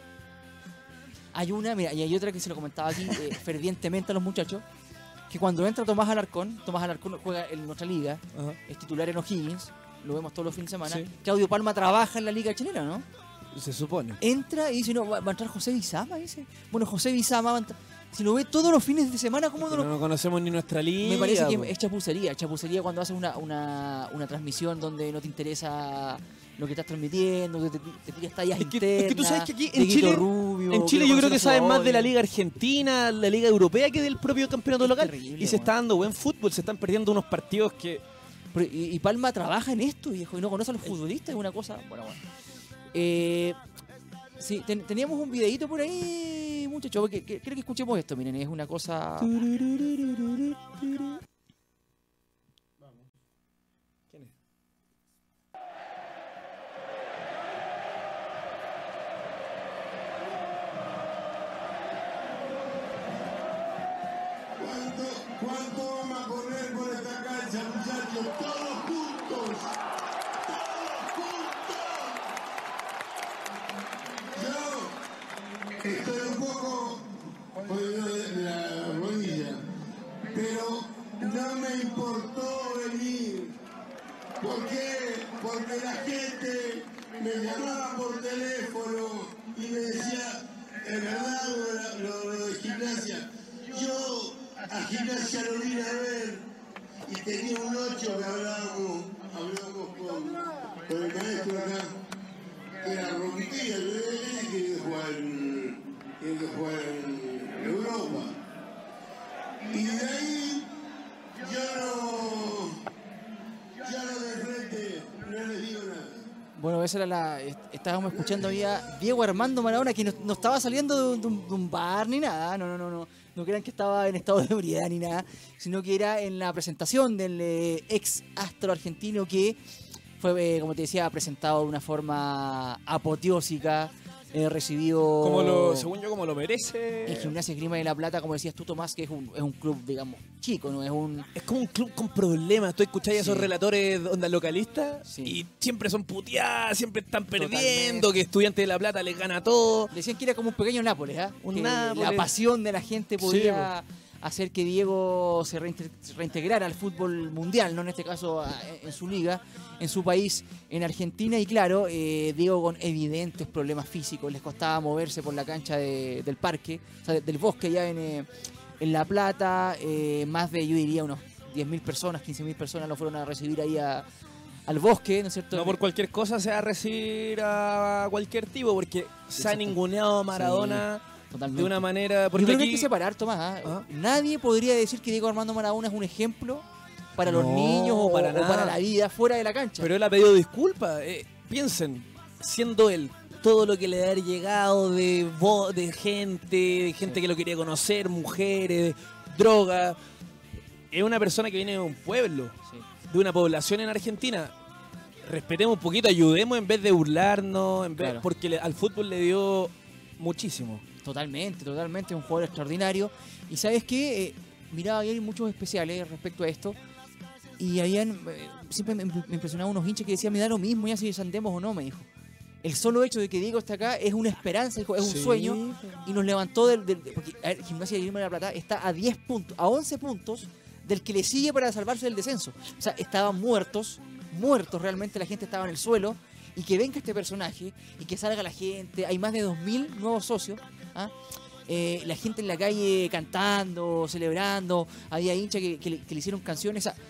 Hay una, mira, y hay otra que se lo comentaba aquí eh, fervientemente a los muchachos, que cuando entra Tomás Alarcón, Tomás Alarcón juega en nuestra liga, Ajá. es titular en O'Higgins, lo vemos todos los fines de semana. Sí. Claudio Palma trabaja en la liga chilena, ¿no? Se supone. Entra y dice, no, va, va a entrar José Bizama, dice. Bueno, José Bizama va a entrar. Si lo ve todos los fines de semana, ¿cómo no Pero lo no conocemos ni nuestra liga. me parece que po. es chapucería, chapucería cuando haces una, una, una transmisión donde no te interesa lo que estás transmitiendo, que te, te tiras tallas Es que- internas. es que tú sabes que aquí en Dieguito Chile- Rubio, En Chile no yo conoce creo a que los saben más de la jugadores. Liga Argentina, la Liga Europea que del propio campeonato Es local. terrible, y se weón. está dando buen fútbol, se están perdiendo unos partidos que... Pero, y, y Palma trabaja en esto, viejo, y no conoce a los futbolistas, es una cosa. Bueno, bueno. Eh, sí, ten- teníamos un videíto por ahí, muchachos, que, que- creo que escuchemos esto, miren, es una cosa. ¿Quién es? ¿Cuánto, cuánto vamos a correr por esta cancha, muchachos? Todos juntos. Todos juntos. Yo estoy un poco jodido de la rodilla, pero no me importó venir. ¿Por qué? Porque la gente me llamaba por teléfono y me decía, es verdad lo, lo- lo de gimnasia. Yo a gimnasia lo vine a ver y tenía un ocho que hablábamos, hablábamos con, con el Bueno, esa era la. Estábamos escuchando ahí a Diego Armando Maradona, que no, no estaba saliendo de un, de un bar ni nada. No, no, no, no. No crean que estaba en estado de ebriedad ni nada. Sino que era en la presentación del eh, ex astro argentino que fue, eh, como te decía, presentado de una forma apoteósica. Eh, recibido. Como lo, según yo, como lo merece. El Gimnasia Esgrima de La Plata, como decías tú, Tomás, que es un, es un club, digamos, chico, ¿no? Es un. Es como un club con problemas. Tú escuchás a esos Sí. relatores onda localistas Sí. y siempre son puteadas, siempre están perdiendo, Totalmente. que Estudiantes de La Plata les gana todo. Decían que era como un pequeño Nápoles, ¿ah? Un Que Nápoles. La pasión de la gente podía hacer que Diego se reinte- se reintegrara al fútbol mundial, no en este caso a- en su liga, en su país, en Argentina. Y claro, eh, Diego con evidentes problemas físicos, les costaba moverse por la cancha de- del parque, o sea, de- del bosque ya en, eh, en La Plata. Eh, más de, yo diría, unos diez mil personas, quince mil personas lo fueron a recibir ahí a- al bosque, ¿no es cierto? No por cualquier cosa se va a recibir a cualquier tipo, porque se ha Exacto. ninguneado a Maradona Totalmente. de una manera. Yo Porque creo que aquí- hay que separar, Tomás. ¿ah? Ah. Nadie podría decir que Diego Armando Maradona es un ejemplo para los No, niños o para o nada. para la vida fuera de la cancha. Pero él ha pedido disculpas. Eh, piensen, siendo él, todo lo que le ha llegado de, vo- de gente, de gente Sí. que lo quería conocer, mujeres, droga. Es una persona que viene de un pueblo, Sí. de una población en Argentina. Respetemos un poquito, ayudemos en vez de burlarnos, en vez, Claro. porque le- al fútbol le dio muchísimo. Totalmente, totalmente. Un jugador extraordinario. Y ¿sabes qué? Eh, miraba ayer muchos especiales respecto a esto. Y habían, eh, siempre me, me impresionaban unos hinchas que decían, me da lo mismo ya si descendemos o no, me dijo. El solo hecho de que Diego está acá es una esperanza, dijo, es un Sí. sueño. Y nos levantó del... del- porque a ver, Gimnasia de Grima de La Plata está a diez puntos, a once puntos del que le sigue para salvarse del descenso. O sea, estaban muertos, muertos realmente, la gente estaba en el suelo. Y que venga este personaje y que salga la gente. Hay más de dos mil nuevos socios. ¿ah? Eh, la gente en la calle cantando, celebrando. Había hinchas que, que le, que le hicieron canciones. O sea,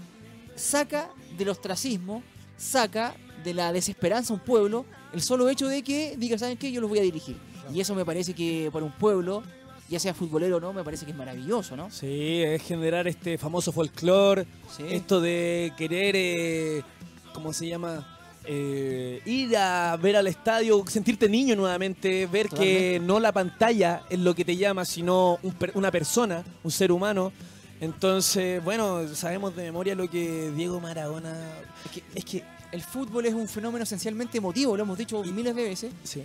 saca del ostracismo, saca de la desesperanza a un pueblo el solo hecho de que diga, ¿saben qué? Yo los voy a dirigir. Y eso me parece que para un pueblo, ya sea futbolero o no, me parece que es maravilloso, ¿no? Sí, es generar este famoso folclore, Sí. esto de querer, eh, ¿cómo se llama? Eh, ir a ver al estadio, sentirte niño nuevamente, ver que no la pantalla es lo que te llama, sino un per- una persona, un ser humano. Entonces, bueno, sabemos de memoria lo que Diego Maradona... Es que, es que el fútbol es un fenómeno esencialmente emotivo, lo hemos dicho miles de veces. Sí.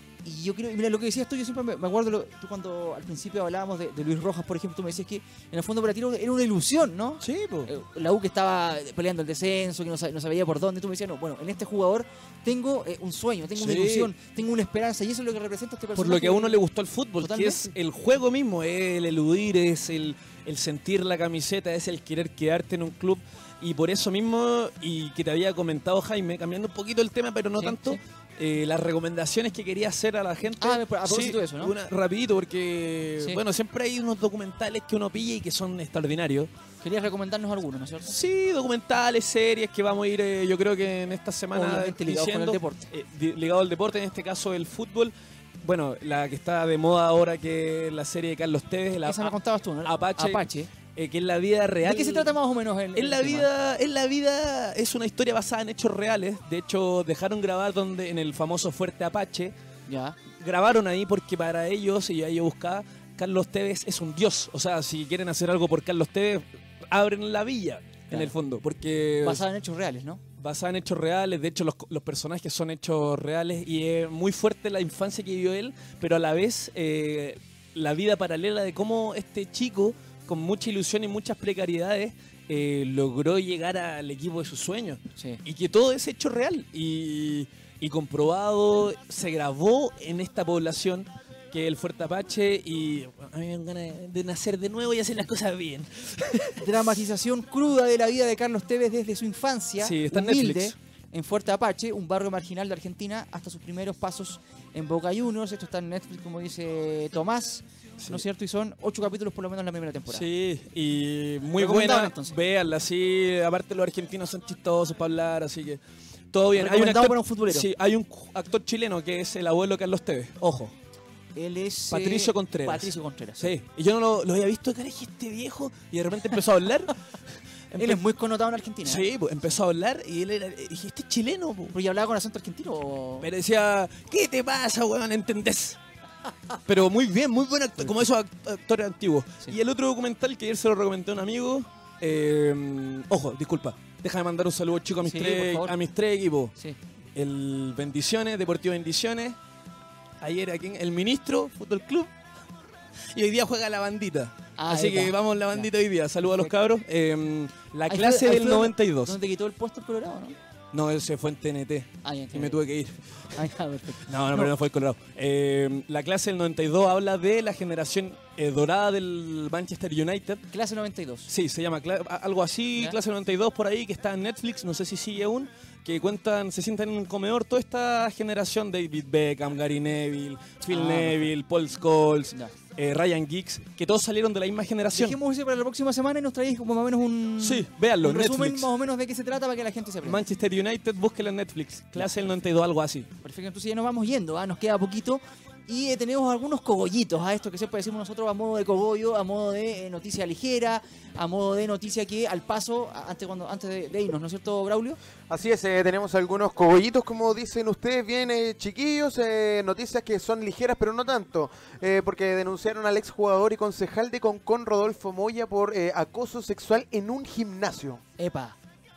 Y yo creo, mira, lo que decías tú, yo siempre me, me acuerdo, lo- tú cuando al principio hablábamos de, de Luis Rojas, por ejemplo, tú me decías que en el fondo para ti era una ilusión, ¿no? Sí, pues. Eh, La U que estaba peleando el descenso, que no, sab- no sabía por dónde, tú me decías, no, bueno, en este jugador tengo eh, un sueño, tengo una Sí. ilusión, tengo una esperanza, y eso es lo que representa este Por personaje. lo que a uno le gustó el fútbol, Totalmente. que es el juego mismo, es el eludir, es el, el sentir la camiseta, es el querer quedarte en un club. Y por eso mismo, y que te había comentado Jaime, cambiando un poquito el tema, pero no Sí, tanto, sí. eh, las recomendaciones que quería hacer a la gente. Ah, a propósito de eso, ¿no? Una, rapidito, porque, Sí. bueno, siempre hay unos documentales que uno pilla y que son extraordinarios. Querías recomendarnos algunos, ¿no es cierto? Sí, documentales, series que vamos a ir, eh, yo creo que en esta semana Obviamente ligados con el diciendo, deporte. eh, di- ligado al deporte, en este caso el fútbol. Bueno, la que está de moda ahora, que es la serie de Carlos Tevez, la Esa me contabas tú, ¿no? Apache. Apache. eh, que es la vida real. ¿De qué se trata más o menos el, En el la tema? vida, en la vida es una historia basada en hechos reales. De hecho, dejaron grabar donde en el famoso Fuerte Apache. Ya. Grabaron ahí porque para ellos, y ahí yo buscaba, Carlos Tevez es un dios. O sea, si quieren hacer algo por Carlos Tevez, abren la villa, en Claro. el fondo. Porque Basada en hechos reales, ¿no? basada en hechos reales, de hecho los, los personajes son hechos reales y es muy fuerte la infancia que vivió él, pero a la vez eh, la vida paralela de cómo este chico, con mucha ilusión y muchas precariedades, eh, logró llegar al equipo de sus sueños. Sí. Y que todo es hecho real y, y comprobado, se grabó en esta población que es el Fuerte Apache y bueno, a mí me dan ganas de nacer de nuevo y hacer las cosas bien. Dramatización cruda de la vida de Carlos Tevez desde su infancia, Sí, está en humilde, Netflix. en Fuerte Apache, un barrio marginal de Argentina, hasta sus primeros pasos en Boca Juniors. Esto está en Netflix, como dice Tomás, Sí. ¿no es cierto? Y son ocho capítulos por lo menos en la primera temporada. Sí, y muy Recomendable, buena. entonces. Véanla, sí. Aparte los argentinos son chistosos para hablar, así que todo bien. Hay un, Recomendado actor, para un futbolero. sí, hay un actor chileno que es el abuelo de Carlos Tevez. Ojo. Él es... Patricio eh, Contreras. Patricio Contreras. Sí. Y yo no lo, lo había visto, cara, dije, este viejo, y de repente empezó a hablar. Él es muy connotado en Argentina. ¿eh? Sí, pues, empezó a hablar y él era, dije, este es chileno, po. ¿Pero ya hablaba con acento argentino o...? Pero decía, ¿qué te pasa, weón? ¿Entendés? Pero muy bien, muy buen actor, como esos act- actores antiguos. Sí. Y el otro documental que ayer se lo recomendé a un amigo, eh, ojo, disculpa, déjame mandar un saludo chico a mis, Sí, tres, por favor. a mis tres equipos. Sí. El Bendiciones, Deportivo Bendiciones, ayer aquí en el Ministro, Fútbol Club, y hoy día juega la bandita. Ah, Así epa. que vamos la bandita Ya. hoy día. Saludos a los Perfecto. cabros. Eh, la Ahí clase fue- ahí del fue noventa y dos. ¿Dónde te quitó el puesto el Colorado, no? No, él se fue en T N T Ah, ya y entiendo. me tuve que ir. Ah, ya, perfecto. No, no, pero no fue el Colorado. Eh, la clase del noventa y dos habla de la generación eh, dorada del Manchester United. Clase noventa y dos. Sí, se llama cla- a- algo así, ¿Ya? clase noventa y dos por ahí, que está en Netflix, no sé si sigue aún, que cuentan, se sientan en un comedor toda esta generación, David Beckham, Gary Neville, Phil Ah, Neville, Paul Scholes, Ya. eh, Ryan Giggs, que todos salieron de la misma generación. Dejemos ese para la próxima semana y nos traéis como más o menos un... Sí, véanlo, un resumen Netflix. más o menos de qué se trata para que la gente se aprenda. Manchester United, búsquelo en Netflix, clase del noventa y dos, algo así. Perfecto, entonces ya nos vamos yendo, ¿ah? Nos queda poquito. Y eh, tenemos algunos cogollitos a esto que siempre decimos nosotros a modo de cogollo, a modo de eh, noticia ligera, a modo de noticia que al paso, a- antes, cuando, antes de, de irnos, ¿no es cierto, Braulio? Así es, eh, tenemos algunos cogollitos, como dicen ustedes, bien eh, chiquillos, eh, noticias que son ligeras, pero no tanto, eh, porque denunciaron al exjugador y concejal de Concón, Rodolfo Moya, por eh, acoso sexual en un gimnasio. Epa.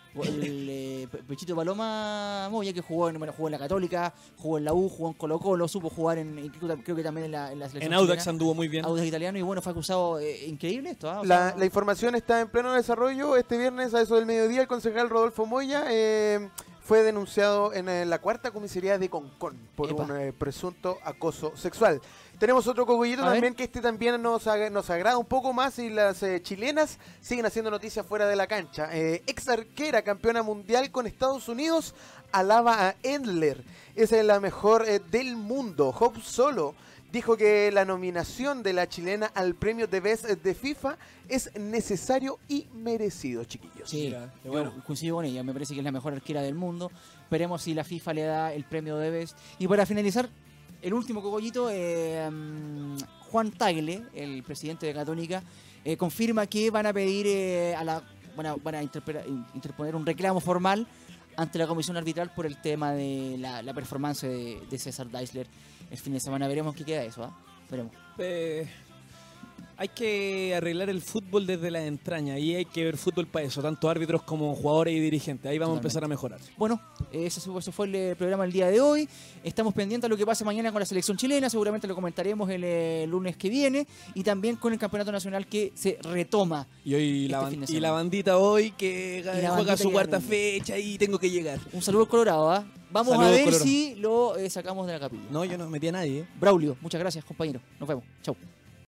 El eh, Pe- Pechito Paloma Moya, que jugó en, bueno, jugó en la Católica, jugó en la U, jugó en Colo Colo, supo jugar en, y creo, creo que también en la, en la selección En Audax chilena. anduvo muy bien. Audax italiano, y bueno, fue acusado, eh, increíble esto, ¿ah? O La, sea, la información está en pleno desarrollo. Este viernes, a eso del mediodía, el concejal Rodolfo Moya eh, fue denunciado en eh, la cuarta comisaría de Concón por Epa. un eh, presunto acoso sexual. Tenemos otro cogollito A ver. también, que este también nos, ag- nos agrada un poco más, y las eh, chilenas siguen haciendo noticias fuera de la cancha. Eh, ex arquera campeona mundial con Estados Unidos alaba a Endler. Esa es la mejor eh, del mundo. Hope Solo dijo que la nominación de la chilena al premio de Best de FIFA es necesario y merecido, chiquillos. Sí, Mira, qué yo bueno. coincido con ella, me parece que es la mejor arquera del mundo. Esperemos si la FIFA le da el premio de Best. Y para finalizar, el último cogollito, eh, um, Juan Tagle, el presidente de Católica, eh, confirma que van a pedir eh, a la van a, van a interpre- in- interponer un reclamo formal ante la comisión arbitral por el tema de la, la performance de, de César Deisler el fin de semana. Veremos qué queda eso, ¿ah? Veremos. Eh, hay que arreglar el fútbol desde las entrañas y hay que ver fútbol para eso, tanto árbitros como jugadores y dirigentes. Ahí vamos Totalmente. a empezar a mejorar. Bueno, ese fue- ese fue el eh, programa del día de hoy. Estamos pendientes a lo que pase mañana con la selección chilena. Seguramente lo comentaremos el eh, lunes que viene. Y también con el campeonato nacional que se retoma. Y hoy la, Este ban- fin de y semana. la bandita hoy que Y la juega bandita su que cuarta gana. fecha y tengo que llegar. Un saludo al Colorado, ¿ah? Vamos Saludos, a ver Colorado. si lo eh, sacamos de la capilla. No, yo no metí a nadie. ¿eh? Braulio, muchas gracias, compañero. Nos vemos. Chau.